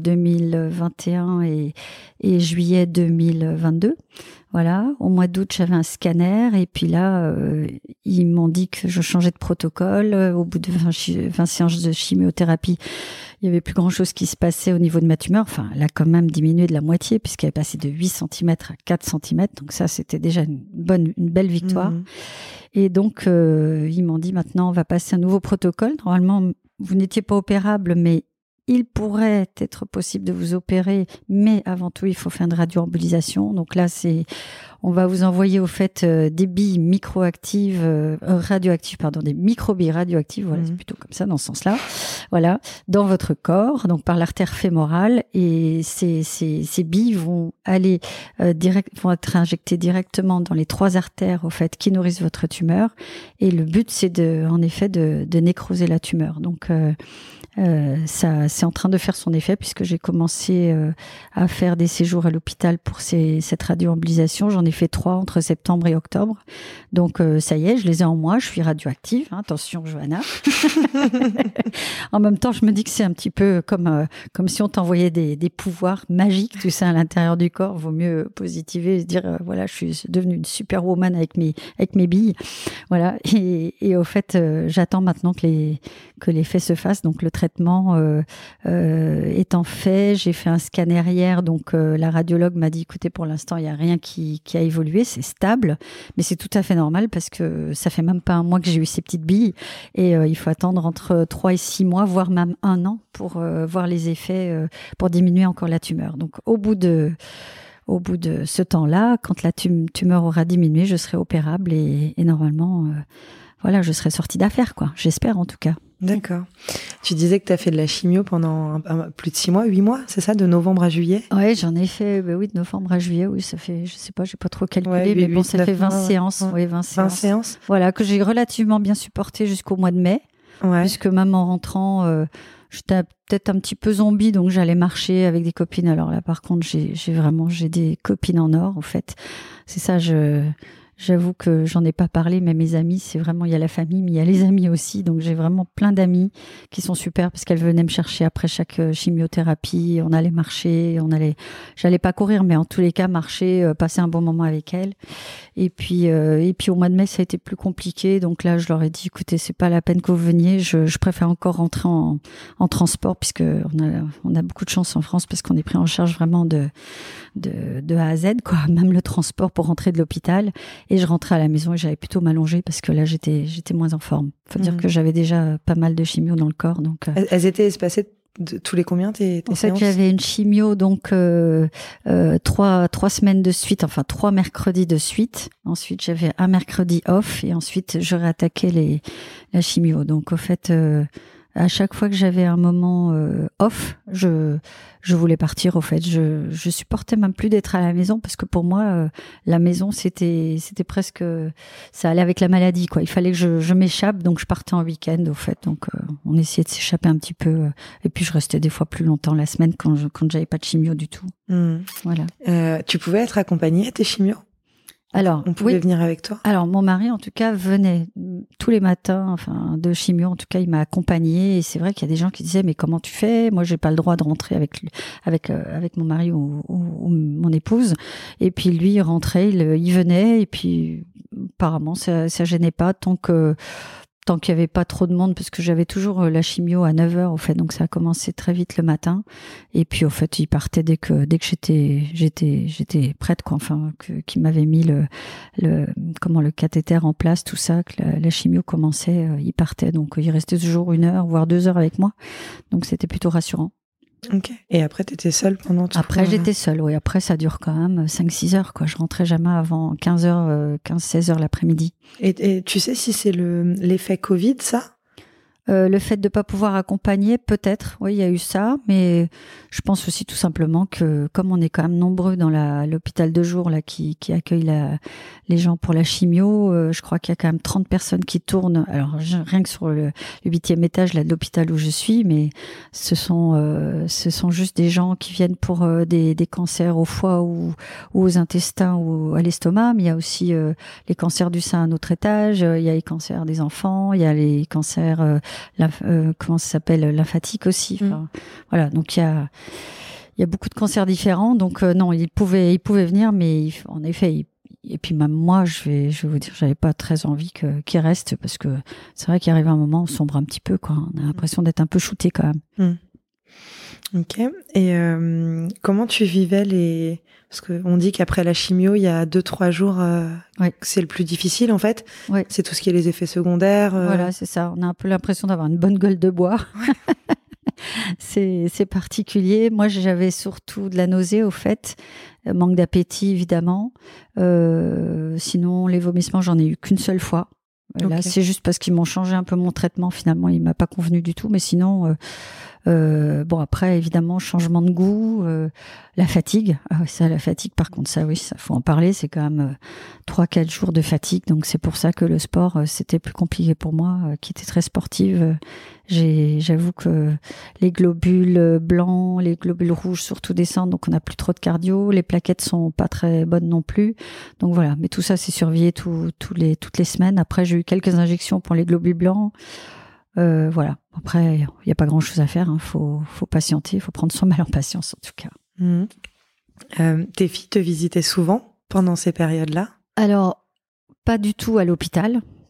2021 et juillet 2022. Voilà. Au mois d'août, j'avais un scanner. Et puis là, ils m'ont dit que je changeais de protocole. Au bout de 20 séances de chimiothérapie, il y avait plus grand-chose qui se passait au niveau de ma tumeur. Enfin, elle a quand même diminué de la moitié puisqu'elle est passée de 8 cm à 4 cm. Donc ça, c'était déjà une belle victoire. Et donc, ils m'ont dit maintenant, on va passer un nouveau protocole. Normalement, vous n'étiez pas opérable, mais il pourrait être possible de vous opérer. Mais avant tout, il faut faire une radioembolisation. Donc là, on va vous envoyer au fait des billes microactives, des microbilles radioactives, voilà, c'est plutôt comme ça, dans ce sens-là, voilà, dans votre corps, donc par l'artère fémorale, et ces billes vont aller vont être injectées directement dans les 3 artères au fait qui nourrissent votre tumeur, et le but c'est en effet de nécroser la tumeur. Donc ça, c'est en train de faire son effet puisque j'ai commencé à faire des séjours à l'hôpital pour cette radioembolisation. J'en ai fait 3 entre septembre et octobre. Donc ça y est, je les ai en moi. Je suis radioactive. Hein, attention, Johanna. En même temps, je me dis que c'est un petit peu comme si on t'envoyait des pouvoirs magiques, tout ça à l'intérieur du corps. Vaut mieux positiver et se dire voilà, je suis devenue une superwoman avec mes billes. Voilà. Et au fait, j'attends maintenant que l'effet se fasse. Donc le traitement étant fait, j'ai fait un scanner hier, donc la radiologue m'a dit écoutez, pour l'instant il n'y a rien qui a évolué, c'est stable, mais c'est tout à fait normal parce que ça fait même pas un mois que j'ai eu ces petites billes et il faut attendre entre 3 et 6 mois, voire même 1 an pour voir les effets, pour diminuer encore la tumeur. Donc au bout de ce temps-là, quand la tumeur aura diminué, je serai opérable et normalement, voilà, je serai sortie d'affaires, quoi. J'espère en tout cas. D'accord. Tu disais que tu as fait de la chimio pendant plus de 6 mois, 8 mois, c'est ça, de novembre à juillet? Ouais, j'en ai fait, oui, de novembre à juillet, oui, ça fait, je sais pas, j'ai pas trop calculé, ouais, mais bon, ça fait 20 séances, ouais. 20 séances. Voilà, que j'ai relativement bien supporté jusqu'au mois de mai, puisque même en rentrant, j'étais peut-être un petit peu zombie, donc j'allais marcher avec des copines. Alors là, par contre, j'ai des copines en or, en fait. C'est ça, j'avoue que j'en ai pas parlé, mais mes amis, c'est vraiment, il y a la famille, mais il y a les amis aussi. Donc j'ai vraiment plein d'amis qui sont super parce qu'elles venaient me chercher après chaque chimiothérapie. On allait marcher, j'allais pas courir, mais en tous les cas marcher, passer un bon moment avec elles. Et puis au mois de mai, ça a été plus compliqué. Donc là, je leur ai dit, écoutez, c'est pas la peine que vous veniez. Je préfère encore rentrer en transport puisque on a beaucoup de chance en France parce qu'on est pris en charge vraiment de A à Z, quoi. Même le transport pour rentrer de l'hôpital. Et je rentrais à la maison et j'allais plutôt m'allonger parce que là, j'étais moins en forme. Faut dire que j'avais déjà pas mal de chimio dans le corps. Donc, elles étaient espacées de tous les combien tes séances? En fait, j'avais une chimio, donc 3 semaines de suite, enfin 3 mercredis de suite. Ensuite, j'avais un mercredi off et ensuite, je réattaquais la chimio. Donc, au fait, à chaque fois que j'avais un moment off, je voulais partir. Au fait, je supportais même plus d'être à la maison parce que pour moi, la maison c'était presque, ça allait avec la maladie, quoi. Il fallait que je m'échappe, donc je partais en week-end. Au fait, donc on essayait de s'échapper un petit peu. Et puis je restais des fois plus longtemps la semaine quand j'avais pas de chimio du tout. Voilà. Tu pouvais être accompagnée à tes chimios? Alors, on pouvait venir avec toi? Alors, mon mari, en tout cas, venait tous les matins, enfin, de chimio. En tout cas, il m'a accompagnée. Et c'est vrai qu'il y a des gens qui disaient, mais comment tu fais? Moi, j'ai pas le droit de rentrer avec mon mari ou mon épouse. Et puis, lui, il rentrait, il venait. Et puis, apparemment, ça gênait pas tant qu'il n'y avait pas trop de monde, parce que j'avais toujours la chimio à 9h, au fait, donc ça a commencé très vite le matin. Et puis, au fait, il partait dès que j'étais prête, quoi, enfin, qu'il m'avait mis le cathéter en place, tout ça, que la chimio commençait, il partait. Donc, il restait toujours 1 heure, voire 2 heures avec moi. Donc, c'était plutôt rassurant. Ok. Et après, t'étais seule pendant tout? Après, j'étais seule, oui. Après, ça dure quand même 5-6 heures, quoi. Je rentrais jamais avant 15-16 heures l'après-midi. Et tu sais si c'est l'effet Covid, ça? Le fait de pas pouvoir accompagner, peut-être, oui, il y a eu ça, mais je pense aussi tout simplement que comme on est quand même nombreux dans l'hôpital de jour là qui accueille les gens pour la chimio, je crois qu'il y a quand même 30 personnes qui tournent. Alors rien que sur le 8e étage là de l'hôpital où je suis, mais ce sont juste des gens qui viennent pour des cancers au foie ou aux intestins ou à l'estomac, mais il y a aussi les cancers du sein à un autre étage, il y a les cancers des enfants, il y a les cancers comment ça s'appelle, lymphatique aussi. Enfin, voilà, donc il y a beaucoup de cancers différents. Donc non, il pouvait venir, mais en effet, et puis même moi, je vais vous dire, j'avais pas très envie qu'il reste parce que c'est vrai qu'il arrive un moment, on sombre un petit peu, quoi. On a l'impression d'être un peu shooté quand même. Ok. Et comment tu vivais parce qu'on dit qu'après la chimio, il y a 2-3 jours que c'est le plus difficile, en fait. Ouais. C'est tout ce qui est les effets secondaires. Voilà, c'est ça. On a un peu l'impression d'avoir une bonne gueule de bois. C'est particulier. Moi, j'avais surtout de la nausée, au fait. Manque d'appétit, évidemment. Sinon, les vomissements, j'en ai eu qu'une seule fois. Là, c'est juste parce qu'ils m'ont changé un peu mon traitement. Finalement, il m'a pas convenu du tout. Mais sinon... bon, après, évidemment, changement de goût, la fatigue. Ah oui, ça, la fatigue, par contre, ça, oui, ça faut en parler. C'est quand même 3-4 jours de fatigue. Donc, c'est pour ça que le sport, c'était plus compliqué pour moi, qui était très sportive. J'avoue que les globules blancs, les globules rouges surtout descendent. Donc, on n'a plus trop de cardio. Les plaquettes sont pas très bonnes non plus. Donc, voilà. Mais tout ça, c'est surveillé toutes les semaines. Après, j'ai eu quelques injections pour les globules blancs. Voilà. Après, il n'y a pas grand-chose à faire. Faut patienter. Il faut prendre son mal en patience, en tout cas. Tes filles te visitaient souvent pendant ces périodes-là? Alors, pas du tout à l'hôpital.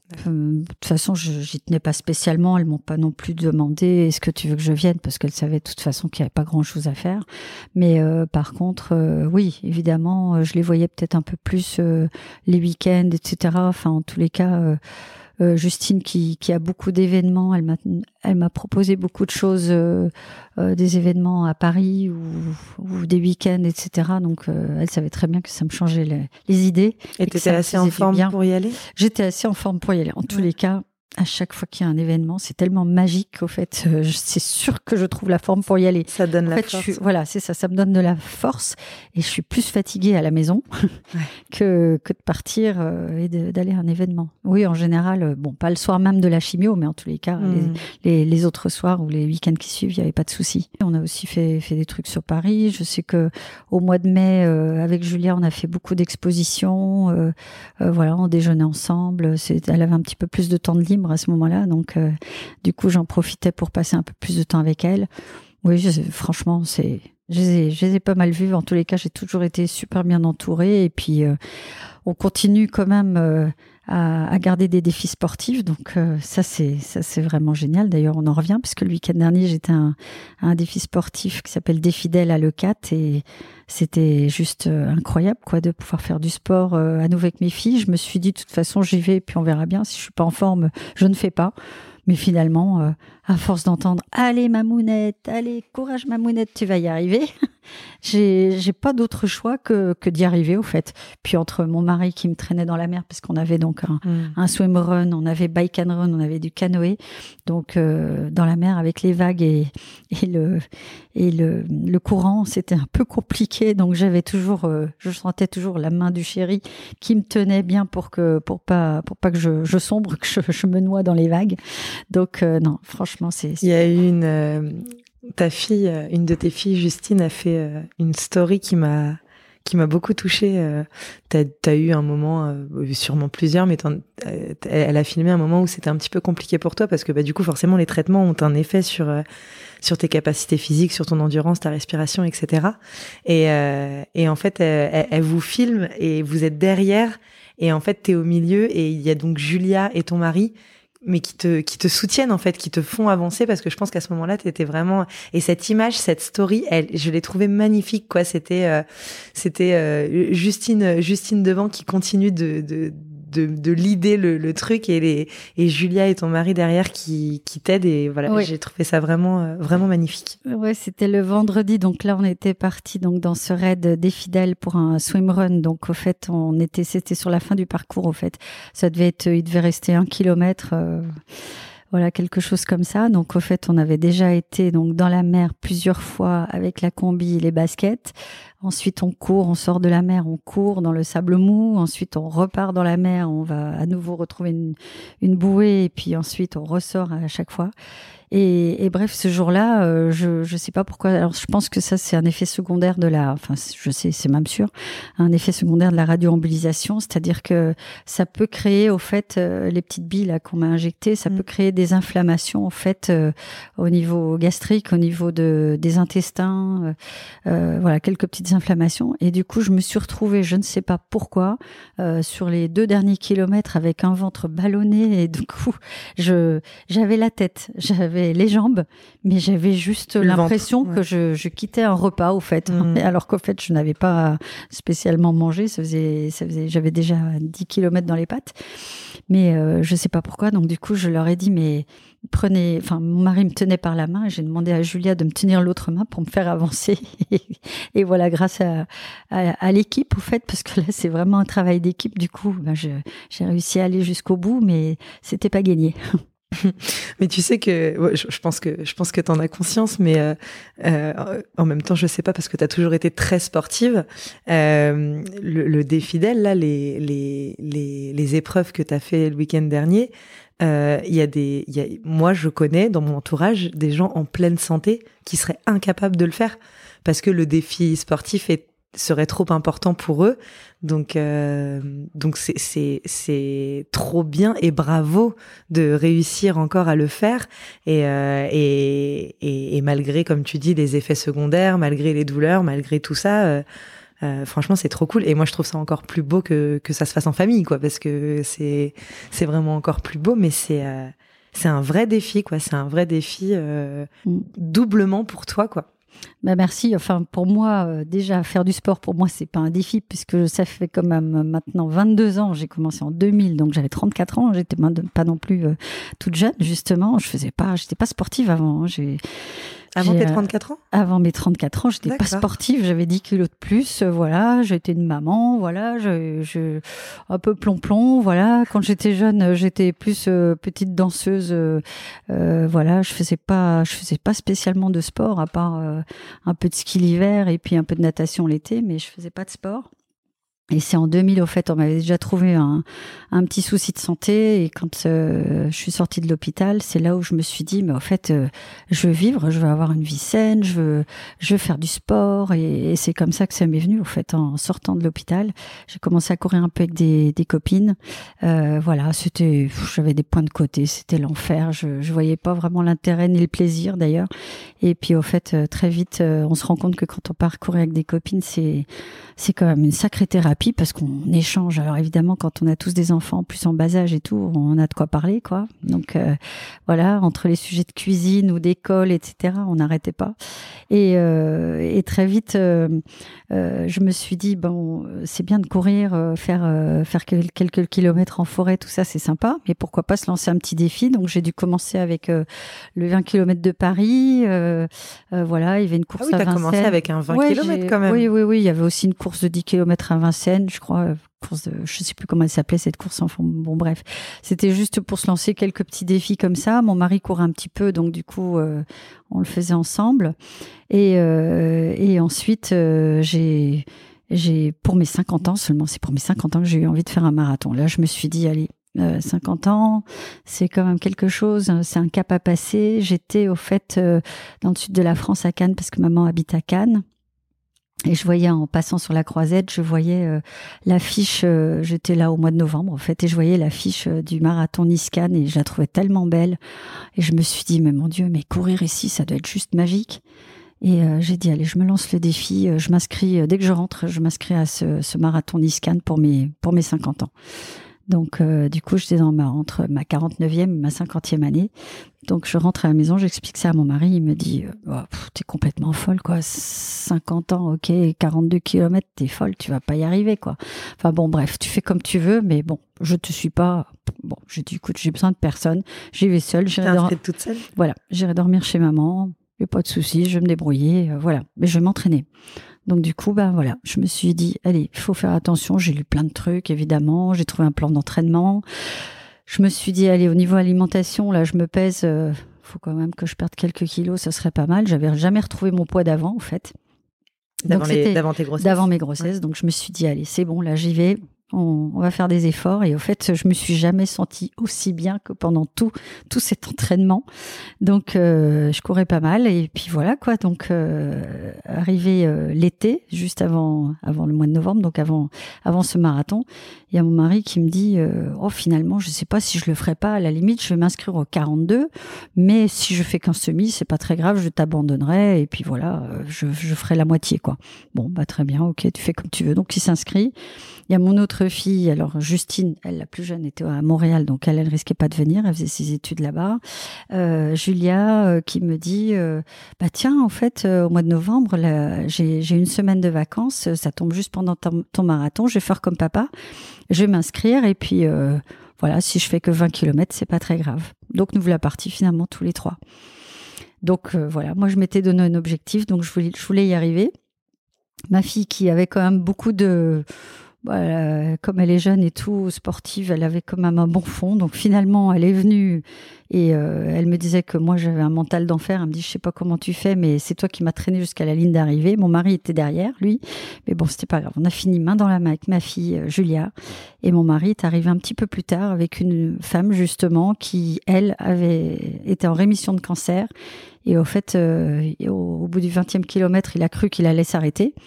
De toute façon, j'y tenais pas spécialement. Elles m'ont pas non plus demandé est-ce que tu veux que je vienne, parce qu'elles savaient de toute façon qu'il n'y avait pas grand-chose à faire. Mais par contre, oui, évidemment, je les voyais peut-être un peu plus les week-ends, etc. Enfin, en tous les cas, Justine qui a beaucoup d'événements, elle m'a proposé beaucoup de choses, des événements à Paris ou des week-ends, etc. Donc elle savait très bien que ça me changeait les idées. Et tu étais assez en forme pour y aller ? J'étais assez en forme pour y aller. En tous les cas, à chaque fois qu'il y a un événement, c'est tellement magique qu'au fait, c'est sûr que je trouve la forme pour y aller. Ça donne la force. Voilà, c'est ça, ça me donne de la force et je suis plus fatiguée à la maison que de partir et d'aller à un événement. Oui, en général, bon, pas le soir même de la chimio, mais en tous les cas, les autres soirs ou les week-ends qui suivent, il n'y avait pas de souci. On a aussi fait des trucs sur Paris. Je sais que au mois de mai, avec Julia, on a fait beaucoup d'expositions. Voilà, on déjeunait ensemble. Elle avait un petit peu plus de temps de libre à ce moment-là, donc du coup j'en profitais pour passer un peu plus de temps avec elle. Oui, franchement, je les ai pas mal vus. En tous les cas, j'ai toujours été super bien entourée et puis on continue quand même à garder des défis sportifs, donc ça c'est vraiment génial. D'ailleurs, on en revient parce que le week-end dernier, j'étais à un défi sportif qui s'appelle Défidèle à Leucate et c'était juste incroyable quoi de pouvoir faire du sport à nouveau avec mes filles. Je me suis dit de toute façon j'y vais et puis on verra bien. Si je suis pas en forme, je ne fais pas. Mais finalement, à force d'entendre « Allez, Mamounette, allez, courage, Mamounette, tu vas y arriver », j'ai pas d'autre choix que d'y arriver, au fait. Puis entre mon mari qui me traînait dans la mer, parce qu'on avait donc un swim run, on avait bike and run, on avait du canoë, donc dans la mer avec les vagues et le courant, c'était un peu compliqué. Donc j'avais toujours, je sentais toujours la main du chéri qui me tenait bien pour pas que je sombre, que je me noie dans les vagues. Donc non, franchement, il y a eu ta fille, une de tes filles, Justine, a fait une story qui m'a beaucoup touchée. T'as eu un moment, sûrement plusieurs, mais elle a filmé un moment où c'était un petit peu compliqué pour toi parce que du coup, forcément, les traitements ont un effet sur tes capacités physiques, sur ton endurance, ta respiration, etc. Et en fait, elle vous filme et vous êtes derrière et en fait, t'es au milieu et il y a donc Julia et ton mari mais qui te soutiennent en fait, qui te font avancer parce que je pense qu'à ce moment-là t'étais vraiment, et cette image, cette story, je l'ai trouvée magnifique quoi. C'était Justine devant qui continue de leader le truc et Julia et ton mari derrière qui t'aident et voilà. Oui. J'ai trouvé ça vraiment magnifique. Ouais, c'était le vendredi, donc là on était partis donc dans ce raid des fidèles pour un swim run. Donc au fait c'était sur la fin du parcours. Au fait, il devait rester 1 kilomètre. Voilà, quelque chose comme ça. Donc, au fait, on avait déjà été donc dans la mer plusieurs fois avec la combi et les baskets. Ensuite, on court, on sort de la mer, on court dans le sable mou. Ensuite, on repart dans la mer, on va à nouveau retrouver une bouée et puis ensuite, on ressort à chaque fois. Et bref, ce jour-là, je sais pas pourquoi. Alors, je pense que ça, c'est un effet secondaire je sais, c'est même sûr, un effet secondaire de la radioembolisation, c'est-à-dire que ça peut créer, au fait, les petites billes là qu'on m'a injectées, ça peut créer des inflammations, au fait, au niveau gastrique, au niveau des intestins, voilà, quelques petites inflammations. Et du coup, je me suis retrouvée, je ne sais pas pourquoi, sur les 2 derniers kilomètres avec un ventre ballonné et du coup, j'avais la tête, j'avais les jambes, mais j'avais juste l'impression que je quittais un repas, au fait. Alors qu'au fait, je n'avais pas spécialement mangé. J'avais déjà 10 kilomètres dans les pattes. Mais je sais pas pourquoi. Donc, du coup, je leur ai dit, mais mon mari me tenait par la main et j'ai demandé à Julia de me tenir l'autre main pour me faire avancer. Et voilà, grâce à l'équipe, au fait, parce que là, c'est vraiment un travail d'équipe. Du coup, j'ai réussi à aller jusqu'au bout, mais c'était pas gagné. Mais tu sais que je pense que t'en as conscience, mais en même temps je sais pas parce que t'as toujours été très sportive. Le Défidèle là, les épreuves que t'as fait le week-end dernier, moi je connais dans mon entourage des gens en pleine santé qui seraient incapables de le faire parce que le défi sportif serait trop important pour eux. Donc c'est trop bien et bravo de réussir encore à le faire et malgré, comme tu dis, les effets secondaires, malgré les douleurs, malgré tout ça, Franchement, c'est trop cool. Et moi, je trouve ça encore plus beau que ça se fasse en famille, quoi, parce que c'est vraiment encore plus beau. Mais c'est un vrai défi, quoi. C'est un vrai défi doublement pour toi, quoi. Bah merci. Enfin, pour moi, déjà, faire du sport, pour moi, c'est pas un défi, puisque ça fait quand même maintenant 22 ans. J'ai commencé en 2000, donc j'avais 34 ans. J'étais pas non plus toute jeune, justement. J'étais pas sportive avant. Avant tes 34 ans ? Avant mes 34 ans, j'étais D'accord. pas sportive, j'avais 10 kilos de plus, voilà, j'étais une maman, voilà, un peu plomb-plomb, voilà. Quand j'étais jeune, j'étais plus petite danseuse, voilà, je faisais pas spécialement de sport, à part un peu de ski l'hiver et puis un peu de natation l'été, mais je faisais pas de sport. Et c'est en 2000, au fait, on m'avait déjà trouvé un petit souci de santé. Et quand je suis sortie de l'hôpital, c'est là où je me suis dit, mais au fait, je veux vivre, je veux avoir une vie saine, je veux faire du sport. Et c'est comme ça que ça m'est venu, au fait, en sortant de l'hôpital. J'ai commencé à courir un peu avec des copines. Voilà, j'avais des points de côté, c'était l'enfer. Je voyais pas vraiment l'intérêt ni le plaisir, d'ailleurs. Et puis, au fait, très vite, on se rend compte que quand on part courir avec des copines, c'est quand même une sacrée thérapie, parce qu'on échange. Alors évidemment, quand on a tous des enfants, plus en bas âge et tout, on a de quoi parler, quoi. Donc voilà, entre les sujets de cuisine ou d'école, etc., on n'arrêtait pas. Et très vite, je me suis dit, bon, c'est bien de courir, faire quelques kilomètres en forêt, tout ça, c'est sympa, mais pourquoi pas se lancer un petit défi. Donc j'ai dû commencer avec le 20 km de Paris. Voilà, il y avait une course à Vincennes. Ah oui, t'as commencé avec un 20 km quand même. Oui, il y avait aussi une course de 10 km à Vincennes, je crois. Je sais plus comment elle s'appelait, cette course. Enfin, bon, bref. C'était juste pour se lancer quelques petits défis comme ça. Mon mari courait un petit peu, donc du coup, on le faisait ensemble. Et ensuite, j'ai pour mes 50 ans seulement, c'est pour mes 50 ans que j'ai eu envie de faire un marathon. Là, je me suis dit, allez, 50 ans, c'est quand même quelque chose, c'est un cap à passer. J'étais au fait dans le sud de la France, à Cannes, parce que maman habite à Cannes. Et je voyais, en passant sur la croisette, je voyais l'affiche, j'étais là au mois de novembre en fait, et je voyais l'affiche du marathon Nice-Cannes, et je la trouvais tellement belle. Et je me suis dit, mais mon Dieu, mais courir ici, ça doit être juste magique. Et j'ai dit, allez, je me lance le défi, je m'inscris, dès que je rentre, je m'inscris à ce marathon Nice-Cannes pour mes 50 ans. Donc, du coup, j'étais entre ma 49e et ma 50e année. Donc, je rentre à la maison, j'explique ça à mon mari. Il me dit, t'es complètement folle, quoi. 50 ans, ok, 42 kilomètres, t'es folle, tu vas pas y arriver, quoi. Enfin, bon, bref, tu fais comme tu veux, mais bon, je te suis pas. Bon, j'ai dit, écoute, j'ai besoin de personne. J'y vais seule. T'es inscrite toute seule ? Voilà, j'irai dormir chez maman. Il n'y a pas de souci, je vais me débrouiller, voilà. Mais je vais m'entraîner. Donc du coup, voilà, je me suis dit, allez, il faut faire attention. J'ai lu plein de trucs, évidemment. J'ai trouvé un plan d'entraînement. Je me suis dit, allez, au niveau alimentation, là, je me pèse. Faut quand même que je perde quelques kilos, ça serait pas mal. J'avais jamais retrouvé mon poids d'avant, en fait. D'avant tes grossesses. D'avant mes grossesses. Ouais. Donc je me suis dit, allez, c'est bon, là, j'y vais. On va faire des efforts. Et au fait, je me suis jamais sentie aussi bien que pendant tout cet entraînement. Donc, je courais pas mal. Et puis voilà, quoi. Donc, arrivé l'été, juste avant le mois de novembre, donc avant ce marathon, il y a mon mari qui me dit, finalement, je sais pas si je le ferai pas. À la limite, je vais m'inscrire au 42. Mais si je fais qu'un semi, c'est pas très grave, je t'abandonnerai. Et puis voilà, je ferai la moitié, quoi. Bon, très bien, ok, tu fais comme tu veux. Donc, il s'inscrit. Il y a mon autre fille, alors Justine, elle, la plus jeune, était à Montréal, donc elle risquait pas de venir, elle faisait ses études là-bas. Julia, qui me dit, tiens, en fait, au mois de novembre, là, j'ai une semaine de vacances, ça tombe juste pendant ton marathon, je vais faire comme papa, je vais m'inscrire, et puis voilà, si je fais que 20 km, c'est pas très grave. Donc nous voilà partis finalement tous les trois. Donc voilà, moi je m'étais donné un objectif, donc je voulais y arriver. Ma fille, qui avait quand même beaucoup de... Voilà, comme elle est jeune et tout, sportive, elle avait quand même un bon fond. Donc finalement, elle est venue et elle me disait que moi, j'avais un mental d'enfer. Elle me dit, je sais pas comment tu fais, mais c'est toi qui m'as traîné jusqu'à la ligne d'arrivée. Mon mari était derrière, lui. Mais bon, c'était pas grave. On a fini main dans la main avec ma fille, Julia. Et mon mari est arrivé un petit peu plus tard avec une femme, justement, qui, elle, avait été en rémission de cancer. Et au fait, au bout du 20e kilomètre, il a cru qu'il allait s'arrêter.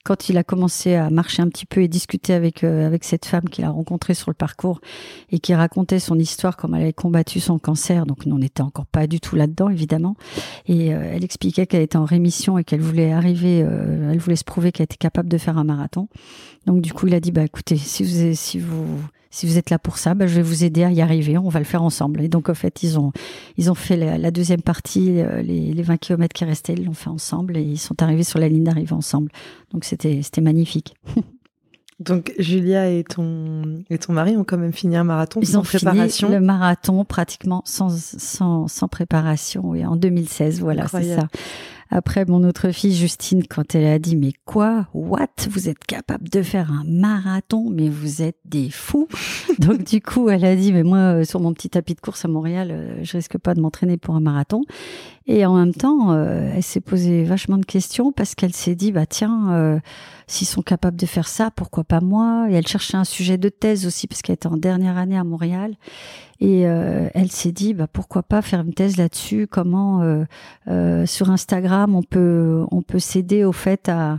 quand il a commencé à marcher un petit peu et discuter avec cette femme qu'il a rencontrée sur le parcours et qui racontait son histoire, comme elle avait combattu son cancer, donc nous on n'était encore pas du tout là-dedans évidemment, et elle expliquait qu'elle était en rémission et qu'elle voulait elle voulait se prouver qu'elle était capable de faire un marathon. Donc du coup il a dit écoutez, si vous êtes là pour ça, je vais vous aider à y arriver, on va le faire ensemble. Et donc, en fait, ils ont fait la deuxième partie, les 20 km qui restaient, ils l'ont fait ensemble et ils sont arrivés sur la ligne d'arrivée ensemble. Donc, c'était magnifique. Donc, Julia et ton mari ont quand même fini un marathon sans préparation. Ils ont fini le marathon pratiquement sans préparation, oui, en 2016, voilà, incroyable. C'est ça. Après, mon autre fille, Justine, quand elle a dit « Mais quoi? What? Vous êtes capable de faire un marathon? Mais vous êtes des fous !» Donc, du coup, elle a dit « Mais moi, sur mon petit tapis de course à Montréal, je risque pas de m'entraîner pour un marathon. » Et en même temps, elle s'est posé vachement de questions parce qu'elle s'est dit « Tiens, s'ils sont capables de faire ça, pourquoi pas moi ?» Et elle cherchait un sujet de thèse aussi parce qu'elle était en dernière année à Montréal. Et elle s'est dit pourquoi pas faire une thèse là-dessus, comment sur Instagram on peut s'aider au fait à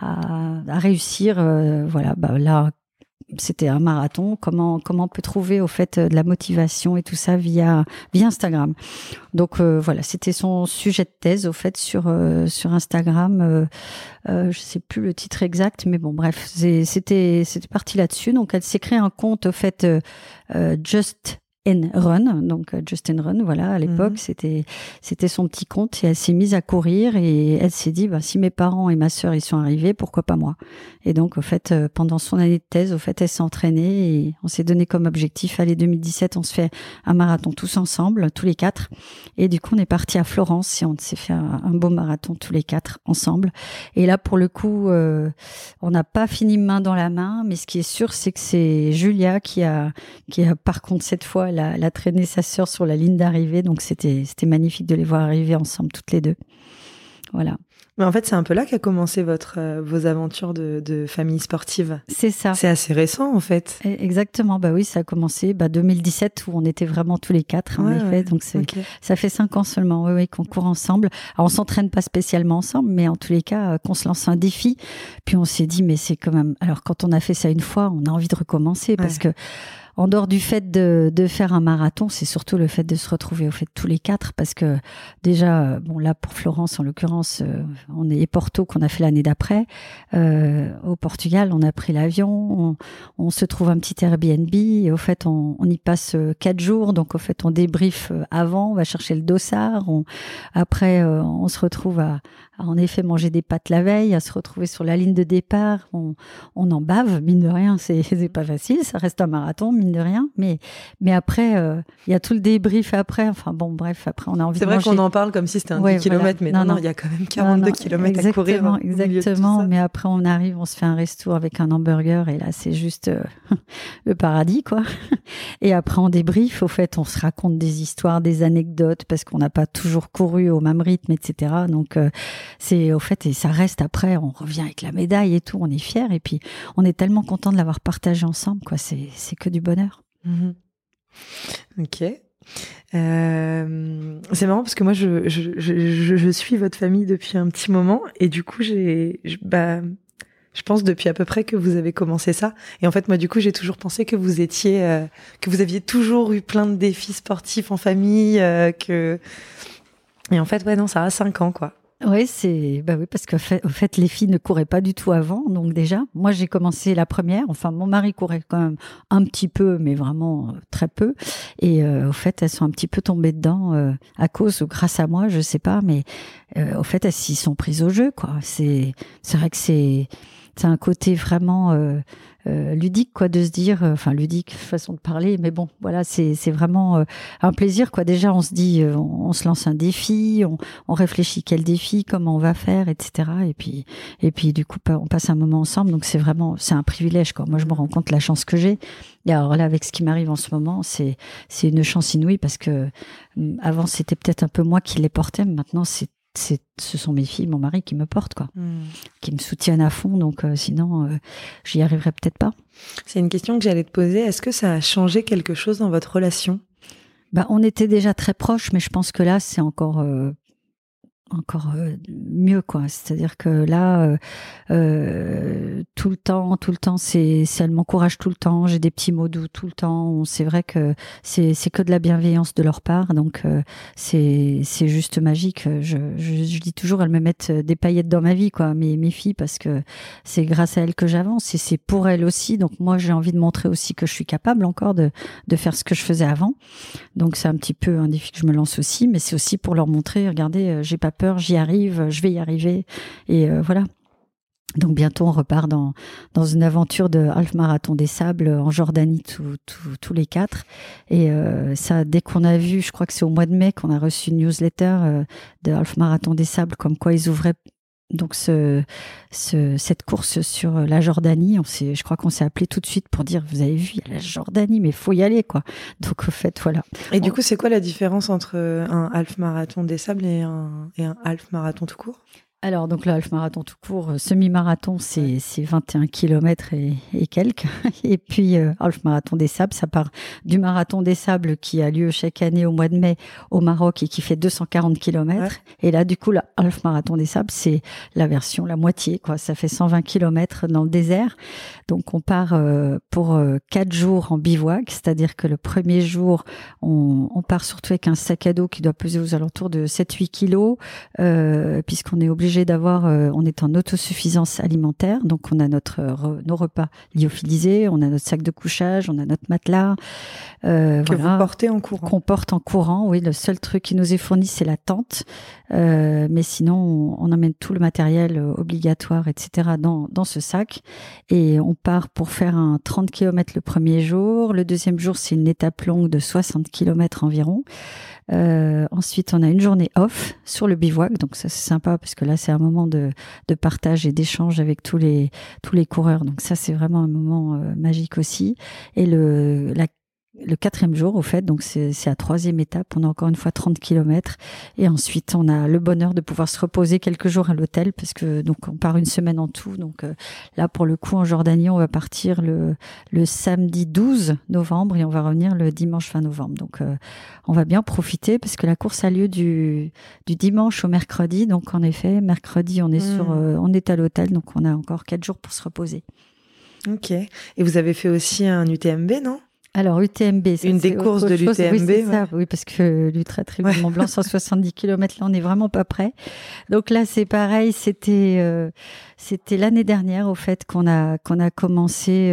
réussir, là c'était un marathon, comment on peut trouver au fait de la motivation et tout ça via Instagram. Donc voilà, c'était son sujet de thèse au fait sur Instagram. Je sais plus le titre exact, mais bon bref, c'était parti là-dessus. Donc elle s'est créé un compte au fait Just and Run, donc Just and Run, voilà, à l'époque, c'était son petit compte et elle s'est mise à courir et elle s'est dit, si mes parents et ma sœur y sont arrivés, pourquoi pas moi? Et donc, au fait, pendant son année de thèse, au fait, elle s'est entraînée et on s'est donné comme objectif, allez, 2017, on se fait un marathon tous ensemble, tous les 4. Et du coup, on est parti à Florence et on s'est fait un beau marathon tous les 4 ensemble. Et là, pour le coup, on n'a pas fini main dans la main, mais ce qui est sûr, c'est que c'est Julia qui a par contre, cette fois, elle a traîné sa sœur sur la ligne d'arrivée, donc c'était magnifique de les voir arriver ensemble toutes les deux. Voilà. Mais en fait, c'est un peu là qu'a commencé vos aventures de famille sportive. C'est ça. C'est assez récent, en fait. Exactement. Oui, ça a commencé 2017 où on était vraiment tous les 4, en effet. Donc, ça fait 5 ans seulement, oui, qu'on court ensemble. Alors, on s'entraîne pas spécialement ensemble, mais en tous les cas, qu'on se lance un défi. Puis, on s'est dit, mais c'est quand même... Alors, quand on a fait ça une fois, on a envie de recommencer parce que en dehors du fait de faire un marathon, c'est surtout le fait de se retrouver au fait tous les 4 parce que déjà, là pour Florence en l'occurrence, on est Porto qu'on a fait l'année d'après. Au Portugal, on a pris l'avion, on se trouve un petit Airbnb et au fait on y passe 4 jours. Donc au fait on débriefe avant, on va chercher le dossard. Après on se retrouve à en effet manger des pâtes la veille, à se retrouver sur la ligne de départ. On en bave, mine de rien, c'est pas facile, ça reste un marathon, mine de rien. Mais après, il y a tout le débrief après. Enfin bon, bref, après on a envie de manger. C'est vrai qu'on en parle comme si c'était un 10 km, mais non, il y a quand même 42 km à courir. Exactement, mais après on arrive, on se fait un resto avec un hamburger et là c'est juste le paradis, quoi. Et après on débrief, au fait on se raconte des histoires, des anecdotes, parce qu'on n'a pas toujours couru au même rythme, etc. Donc c'est au fait, et ça reste après, on revient avec la médaille et tout, on est fiers et puis on est tellement content de l'avoir partagé ensemble, quoi. C'est que du bonheur. Ok. C'est marrant parce que moi je suis votre famille depuis un petit moment et du coup je pense depuis à peu près que vous avez commencé ça. Et en fait, moi, du coup, j'ai toujours pensé que vous aviez toujours eu plein de défis sportifs en famille, Et en fait, non, ça a 5 ans, quoi. Oui, oui, parce qu'au fait, les filles ne couraient pas du tout avant. Donc déjà, moi, j'ai commencé la première. Enfin, mon mari courait quand même un petit peu, mais vraiment très peu. Et au fait, elles sont un petit peu tombées dedans à cause ou grâce à moi, je sais pas. Mais au fait, elles s'y sont prises au jeu, quoi. C'est vrai que c'est un côté vraiment ludique, quoi, de se dire, ludique, façon de parler, mais bon, voilà, c'est vraiment un plaisir, quoi. Déjà, on se dit, on se lance un défi, on réfléchit quel défi, comment on va faire, etc. Et puis, du coup, on passe un moment ensemble, donc c'est un privilège, quoi. Moi, je me rends compte de la chance que j'ai. Et alors là, avec ce qui m'arrive en ce moment, c'est une chance inouïe parce que avant, c'était peut-être un peu moi qui les portais, mais maintenant, ce sont mes filles, mon mari qui me portent, quoi, qui me soutiennent à fond. Donc sinon, j'y arriverais peut-être pas. C'est une question que j'allais te poser. Est-ce que ça a changé quelque chose dans votre relation ? On était déjà très proches, mais je pense que là, c'est encore mieux, quoi. C'est-à-dire que là, tout le temps, elle m'encourage tout le temps. J'ai des petits mots doux tout le temps. C'est vrai que c'est que de la bienveillance de leur part. Donc c'est juste magique. Je dis toujours, elles me mettent des paillettes dans ma vie, quoi. Mes filles, parce que c'est grâce à elles que j'avance et c'est pour elles aussi. Donc moi, j'ai envie de montrer aussi que je suis capable encore de faire ce que je faisais avant. Donc c'est un petit peu un défi que je me lance aussi, mais c'est aussi pour leur montrer, regardez, j'ai pas peur, j'y arrive, je vais y arriver. Et voilà. Donc bientôt on repart dans une aventure de half marathon des sables en Jordanie tous les 4. Et ça, dès qu'on a vu, je crois que c'est au mois de mai qu'on a reçu une newsletter de half marathon des sables, comme quoi ils ouvraient donc cette course sur la Jordanie. Je crois qu'on s'est appelé tout de suite pour dire, vous avez vu, il y a la Jordanie, mais faut y aller, quoi. Donc au fait, voilà. Et du coup, c'est quoi la différence entre un half marathon des sables et un half marathon tout court? Alors, donc le half-marathon tout court, semi-marathon, c'est 21 km et quelques. Et puis, half-marathon des sables, ça part du marathon des sables qui a lieu chaque année au mois de mai au Maroc et qui fait 240 km. Ouais. Et là, du coup, le half-marathon des sables, c'est la version, la moitié, quoi. Ça fait 120 km dans le désert. Donc, on part pour 4 jours en bivouac, c'est-à-dire que le premier jour, on part surtout avec un sac à dos qui doit peser aux alentours de 7-8 kilos, puisqu'on est obligé d'avoir, on est en autosuffisance alimentaire, donc on a nos repas lyophilisés, on a notre sac de couchage, on a notre matelas. Que vous portez en courant. Qu'on porte en courant, oui. Le seul truc qui nous est fourni, c'est la tente. Mais sinon, on emmène tout le matériel obligatoire, etc. dans ce sac. Et on part pour faire un 30 km le premier jour. Le deuxième jour, c'est une étape longue de 60 km environ. Ensuite, on a une journée off sur le bivouac, donc ça c'est sympa parce que là c'est un moment de partage et d'échange avec tous les coureurs. Donc ça c'est vraiment un moment magique aussi. Et le 4e jour, au fait, donc c'est la 3e étape. On a encore une fois 30 km. Et ensuite, on a le bonheur de pouvoir se reposer quelques jours à l'hôtel parce que, donc, on part une semaine en tout. Donc, là, pour le coup, en Jordanie, on va partir le samedi 12 novembre et on va revenir le dimanche 20 novembre. Donc, on va bien profiter parce que la course a lieu du dimanche au mercredi. Donc, en effet, mercredi, on est à l'hôtel. Donc, on a encore 4 jours pour se reposer. Ok. Et vous avez fait aussi un UTMB, non? Alors, UTMB, une des courses de l'UTMB. Oui, c'est ça, oui, parce que l'Ultra Trail du Mont Blanc, 170 km, là, on n'est vraiment pas prêt. Donc là, c'est pareil, c'était l'année dernière, au fait, qu'on a commencé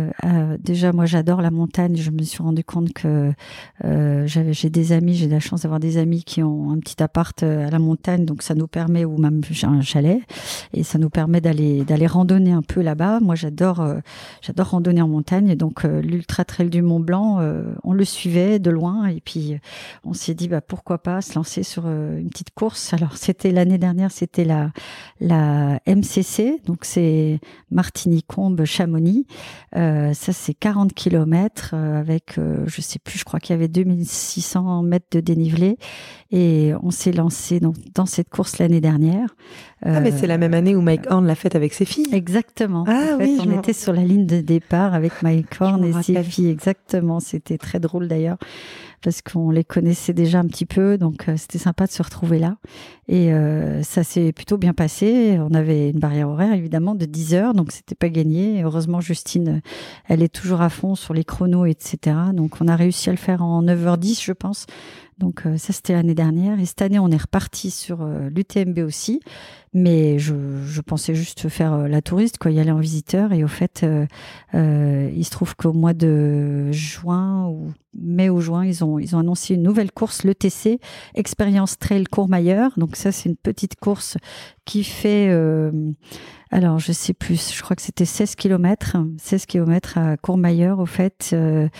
déjà, moi, j'adore la montagne. Je me suis rendu compte que j'ai des amis, j'ai de la chance d'avoir des amis qui ont un petit appart à la montagne, donc ça nous permet, ou même j'ai un chalet, et ça nous permet d'aller randonner un peu là-bas. Moi, j'adore randonner en montagne, donc l'Ultra Trail du Mont Blanc, on le suivait de loin et puis on s'est dit pourquoi pas se lancer sur une petite course. Alors c'était l'année dernière, c'était la MCC, donc c'est Martigny-Combe-Chamonix. Ça c'est 40 km avec je sais plus, je crois qu'il y avait 2600 mètres de dénivelé et on s'est lancé dans cette course l'année dernière. Mais c'est la même année où Mike Horn l'a faite avec ses filles. Exactement. Ah, en fait, on était sur la ligne de départ avec Mike Horn et ses filles. Exactement. C'était très drôle d'ailleurs parce qu'on les connaissait déjà un petit peu. Donc, c'était sympa de se retrouver là. Et ça s'est plutôt bien passé. On avait une barrière horaire, évidemment, de 10 heures. Donc, c'était pas gagné. Et heureusement, Justine, elle est toujours à fond sur les chronos, etc. Donc, on a réussi à le faire en 9h10, je pense. Donc ça, c'était l'année dernière. Et cette année, on est reparti sur l'UTMB aussi. Mais je pensais juste faire la touriste, y aller en visiteur. Et au fait, il se trouve qu'au mois de juin, ou mai ou juin, ils ont annoncé une nouvelle course, l'ETC, Expérience Trail Courmayeur. Donc ça, c'est une petite course qui fait... alors, je sais plus, je crois que c'était 16 km à Courmayeur, au fait.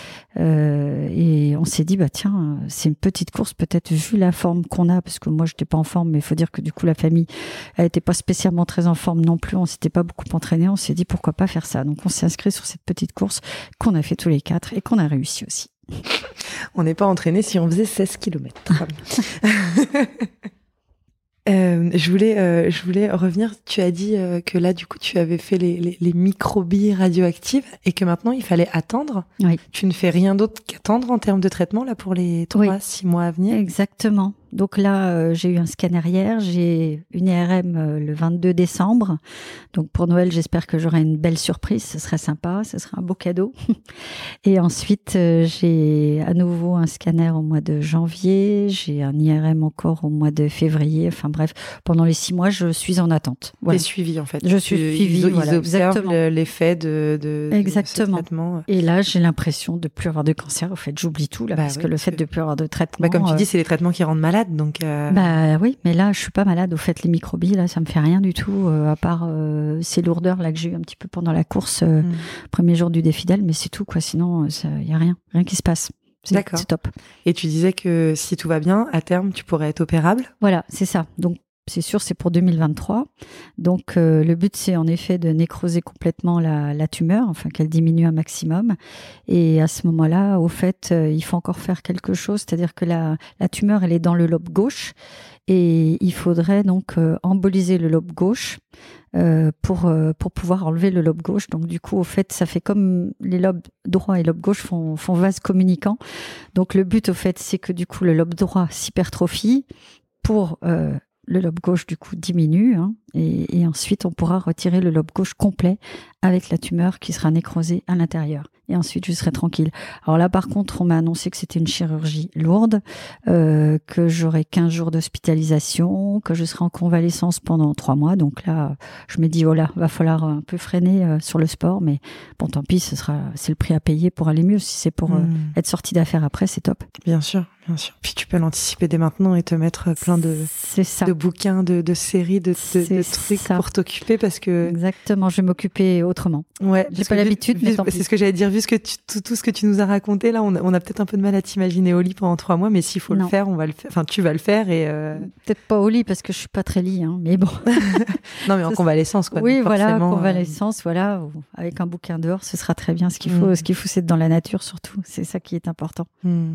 Et on s'est dit, tiens, c'est une petite course, peut-être vu la forme qu'on a, parce que moi, j'étais pas en forme, mais il faut dire que du coup, la famille, elle était pas spécialement très en forme non plus. On s'était pas beaucoup entraîné. On s'est dit, pourquoi pas faire ça? Donc, on s'est inscrit sur cette petite course qu'on a fait tous les 4 et qu'on a réussi aussi. On n'est pas entraîné si on faisait 16 km. Je voulais revenir. Tu as dit que là, du coup, tu avais fait les microbilles radioactives et que maintenant, il fallait attendre. Oui. Tu ne fais rien d'autre qu'attendre en termes de traitement là pour les 3-6 mois à venir. Exactement. Donc là, j'ai eu un scanner hier, j'ai une IRM le 22 décembre. Donc pour Noël, j'espère que j'aurai une belle surprise. Ce serait sympa, ce sera un beau cadeau. Et ensuite, j'ai à nouveau un scanner au mois de janvier. J'ai un IRM encore au mois de février. Enfin bref, pendant les 6 mois, je suis en attente. Voilà. T'es suivie en fait. Je suis suivie. Ils observent l'effet de exactement. ce traitement. Et là, j'ai l'impression de plus avoir de cancer. Au fait, j'oublie tout là, parce que le fait de plus avoir de traitement. Comme tu dis, c'est les traitements qui rendent malade. Donc oui, mais là je suis pas malade. Au fait, les microbilles là, ça me fait rien du tout, à part ces lourdeurs là que j'ai eu un petit peu pendant la course, premier jour du Défidèle, mais c'est tout quoi. Sinon, il y a rien qui se passe. D'accord. C'est top. Et tu disais que si tout va bien, à terme, tu pourrais être opérable. Voilà, c'est ça. Donc c'est sûr, c'est pour 2023. Donc le but, c'est en effet de nécroser complètement la tumeur, enfin qu'elle diminue un maximum. Et à ce moment-là, au fait, il faut encore faire quelque chose, c'est-à-dire que la tumeur, elle est dans le lobe gauche, et il faudrait donc emboliser le lobe gauche pour pouvoir enlever le lobe gauche. Donc du coup, au fait, ça fait comme les lobes droit et lobe gauche font vase communicant. Donc le but, au fait, c'est que du coup, le lobe droit s'hypertrophie pour le lobe gauche, du coup, diminue, et ensuite, on pourra retirer le lobe gauche complet avec la tumeur qui sera nécrosée à l'intérieur. Et ensuite, je serai tranquille. Alors là, par contre, on m'a annoncé que c'était une chirurgie lourde, que j'aurais 15 jours d'hospitalisation, que je serai en convalescence pendant 3 mois. Donc là, je me dis, oh là, va falloir un peu freiner sur le sport. Mais bon, tant pis, c'est le prix à payer pour aller mieux. Si c'est pour être sorti d'affaires après, c'est top. Bien sûr, bien sûr. Puis tu peux l'anticiper dès maintenant et te mettre plein de bouquins, de séries, de trucs pour t'occuper parce que... Exactement, je vais m'occuper autrement. Ouais, j'ai pas l'habitude, mais tant pis. C'est ce que j'allais dire, vu tout ce que tu nous as raconté, là, on a peut-être un peu de mal à t'imaginer au lit pendant 3 mois, mais s'il faut le faire, on va le faire. Enfin, tu vas le faire et... Peut-être pas au lit parce que je suis pas très lit, mais bon. Non, mais en convalescence, quoi. Oui, voilà, convalescence, voilà, avec un bouquin dehors, ce sera très bien. Ce qu'il faut, c'est être dans la nature surtout. C'est ça qui est important.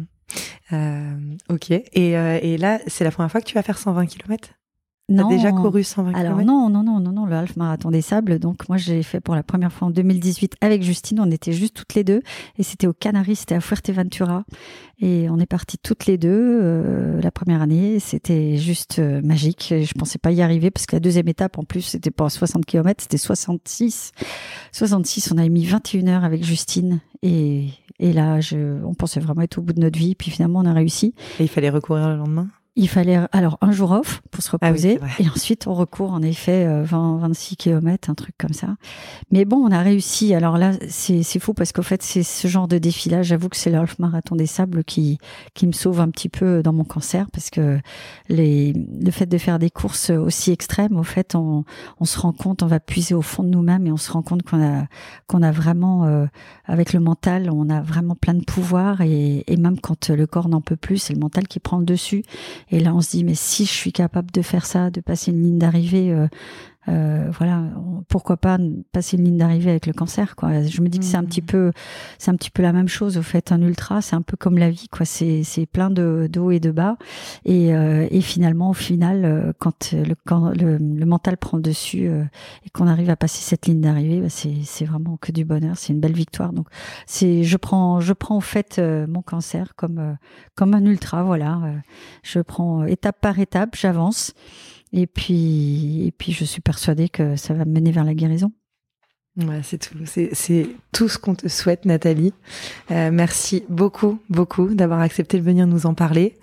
Ok. Et là, c'est la première fois que tu vas faire 120 km ? Non. T'as déjà couru 120 km ? Alors non, le half marathon des sables. Donc moi, j'ai fait pour la première fois en 2018 avec Justine. On était juste toutes les deux et c'était aux Canaries, c'était à Fuerteventura. Et on est parties toutes les deux la première année. C'était juste magique. Je pensais pas y arriver parce que la deuxième étape, en plus, c'était pas 60 km, c'était 66. 66, on avait mis 21 heures avec Justine. Et là, on pensait vraiment être au bout de notre vie. Puis finalement, on a réussi. Et il fallait recourir le lendemain ? Il fallait alors un jour off pour se reposer, oui, et ensuite on recourt en effet 20-26 km, un truc comme ça. Mais bon, on a réussi. Alors là, c'est fou parce qu'au fait, c'est ce genre de défi-là. J'avoue que c'est le half marathon des sables qui me sauve un petit peu dans mon cancer parce que le fait de faire des courses aussi extrêmes, au fait, on se rend compte, on va puiser au fond de nous-mêmes et on se rend compte qu'on a vraiment, avec le mental, on a vraiment plein de pouvoir et même quand le corps n'en peut plus, c'est le mental qui prend le dessus. Et là, on se dit, mais si je suis capable de faire ça, de passer une ligne d'arrivée, voilà, pourquoi pas passer une ligne d'arrivée avec le cancer, quoi. Je me dis que c'est un petit peu la même chose. Au fait, un ultra, c'est un peu comme la vie, quoi. C'est plein de hauts et de bas. Et finalement, au final, quand le mental prend le dessus et qu'on arrive à passer cette ligne d'arrivée, c'est vraiment que du bonheur. C'est une belle victoire. Donc, je prends au fait mon cancer comme un ultra, voilà. Je prends étape par étape, j'avance. Et puis, je suis persuadée que ça va me mener vers la guérison. Ouais, c'est tout ce qu'on te souhaite, Nathalie. Merci beaucoup d'avoir accepté de venir nous en parler.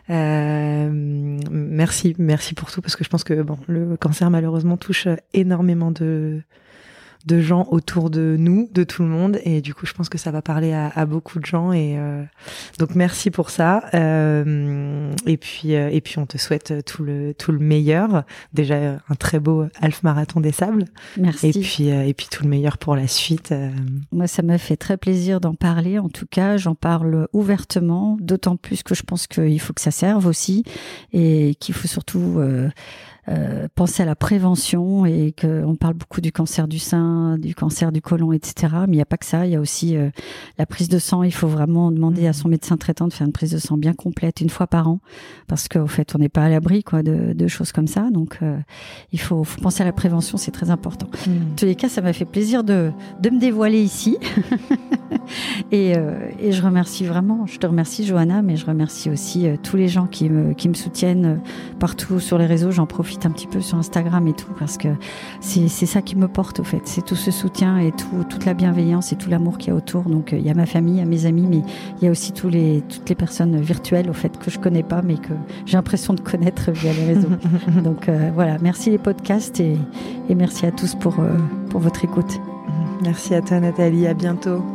Merci pour tout parce que je pense que le cancer malheureusement touche énormément de gens autour de nous, de tout le monde, et du coup je pense que ça va parler à beaucoup de gens, et donc merci pour ça, et puis on te souhaite tout le meilleur, déjà un très beau half marathon des sables. Merci. Et puis tout le meilleur pour la suite. Moi, ça m'a fait très plaisir d'en parler. En tout cas, j'en parle ouvertement, d'autant plus que je pense qu'il faut que ça serve aussi, et qu'il faut surtout penser à la prévention et qu'on parle beaucoup du cancer du sein, du cancer du côlon, etc. Mais il n'y a pas que ça, il y a aussi la prise de sang. Il faut vraiment demander à son médecin traitant de faire une prise de sang bien complète une fois par an, parce qu'au fait, on n'est pas à l'abri de choses comme ça. Donc, il faut penser à la prévention, c'est très important. En tous les cas, ça m'a fait plaisir de me dévoiler ici. Et je remercie vraiment, je te remercie Johanna, mais je remercie aussi tous les gens qui me soutiennent partout sur les réseaux. J'en profite un petit peu sur Instagram et tout, parce que c'est ça qui me porte au fait. C'est tout ce soutien et toute la bienveillance et tout l'amour qu'il y a autour. Donc il y a ma famille, il y a mes amis, mais il y a aussi toutes les personnes virtuelles au fait que je connais pas, mais que j'ai l'impression de connaître via les réseaux. Donc voilà, merci les podcasts et merci à tous pour votre écoute. Merci à toi Nathalie, à bientôt.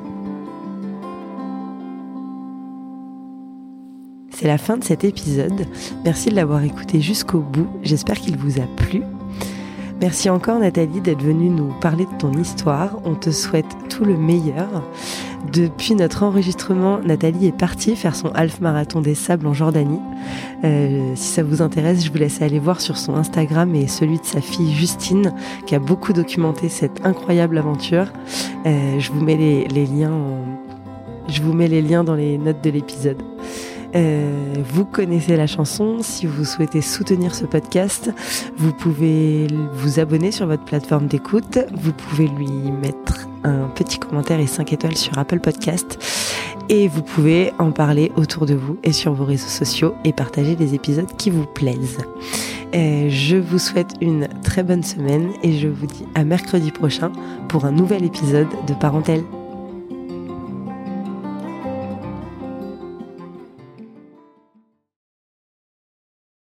C'est la fin de cet épisode. Merci de l'avoir écouté jusqu'au bout. J'espère qu'il vous a plu. Merci encore Nathalie d'être venue nous parler de ton histoire. On te souhaite tout le meilleur. Depuis notre enregistrement, Nathalie est partie faire son half-marathon des sables en Jordanie. Si ça vous intéresse, je vous laisse aller voir sur son Instagram et celui de sa fille Justine, qui a beaucoup documenté cette incroyable aventure. Je vous mets les liens dans les notes de l'épisode. Vous connaissez la chanson. Si vous souhaitez soutenir ce podcast, vous pouvez vous abonner sur votre plateforme d'écoute. Vous pouvez lui mettre un petit commentaire et 5 étoiles sur Apple Podcast. Et vous pouvez en parler autour de vous et sur vos réseaux sociaux et partager les épisodes qui vous plaisent. Je vous souhaite une très bonne semaine et je vous dis à mercredi prochain pour un nouvel épisode de Parentèle.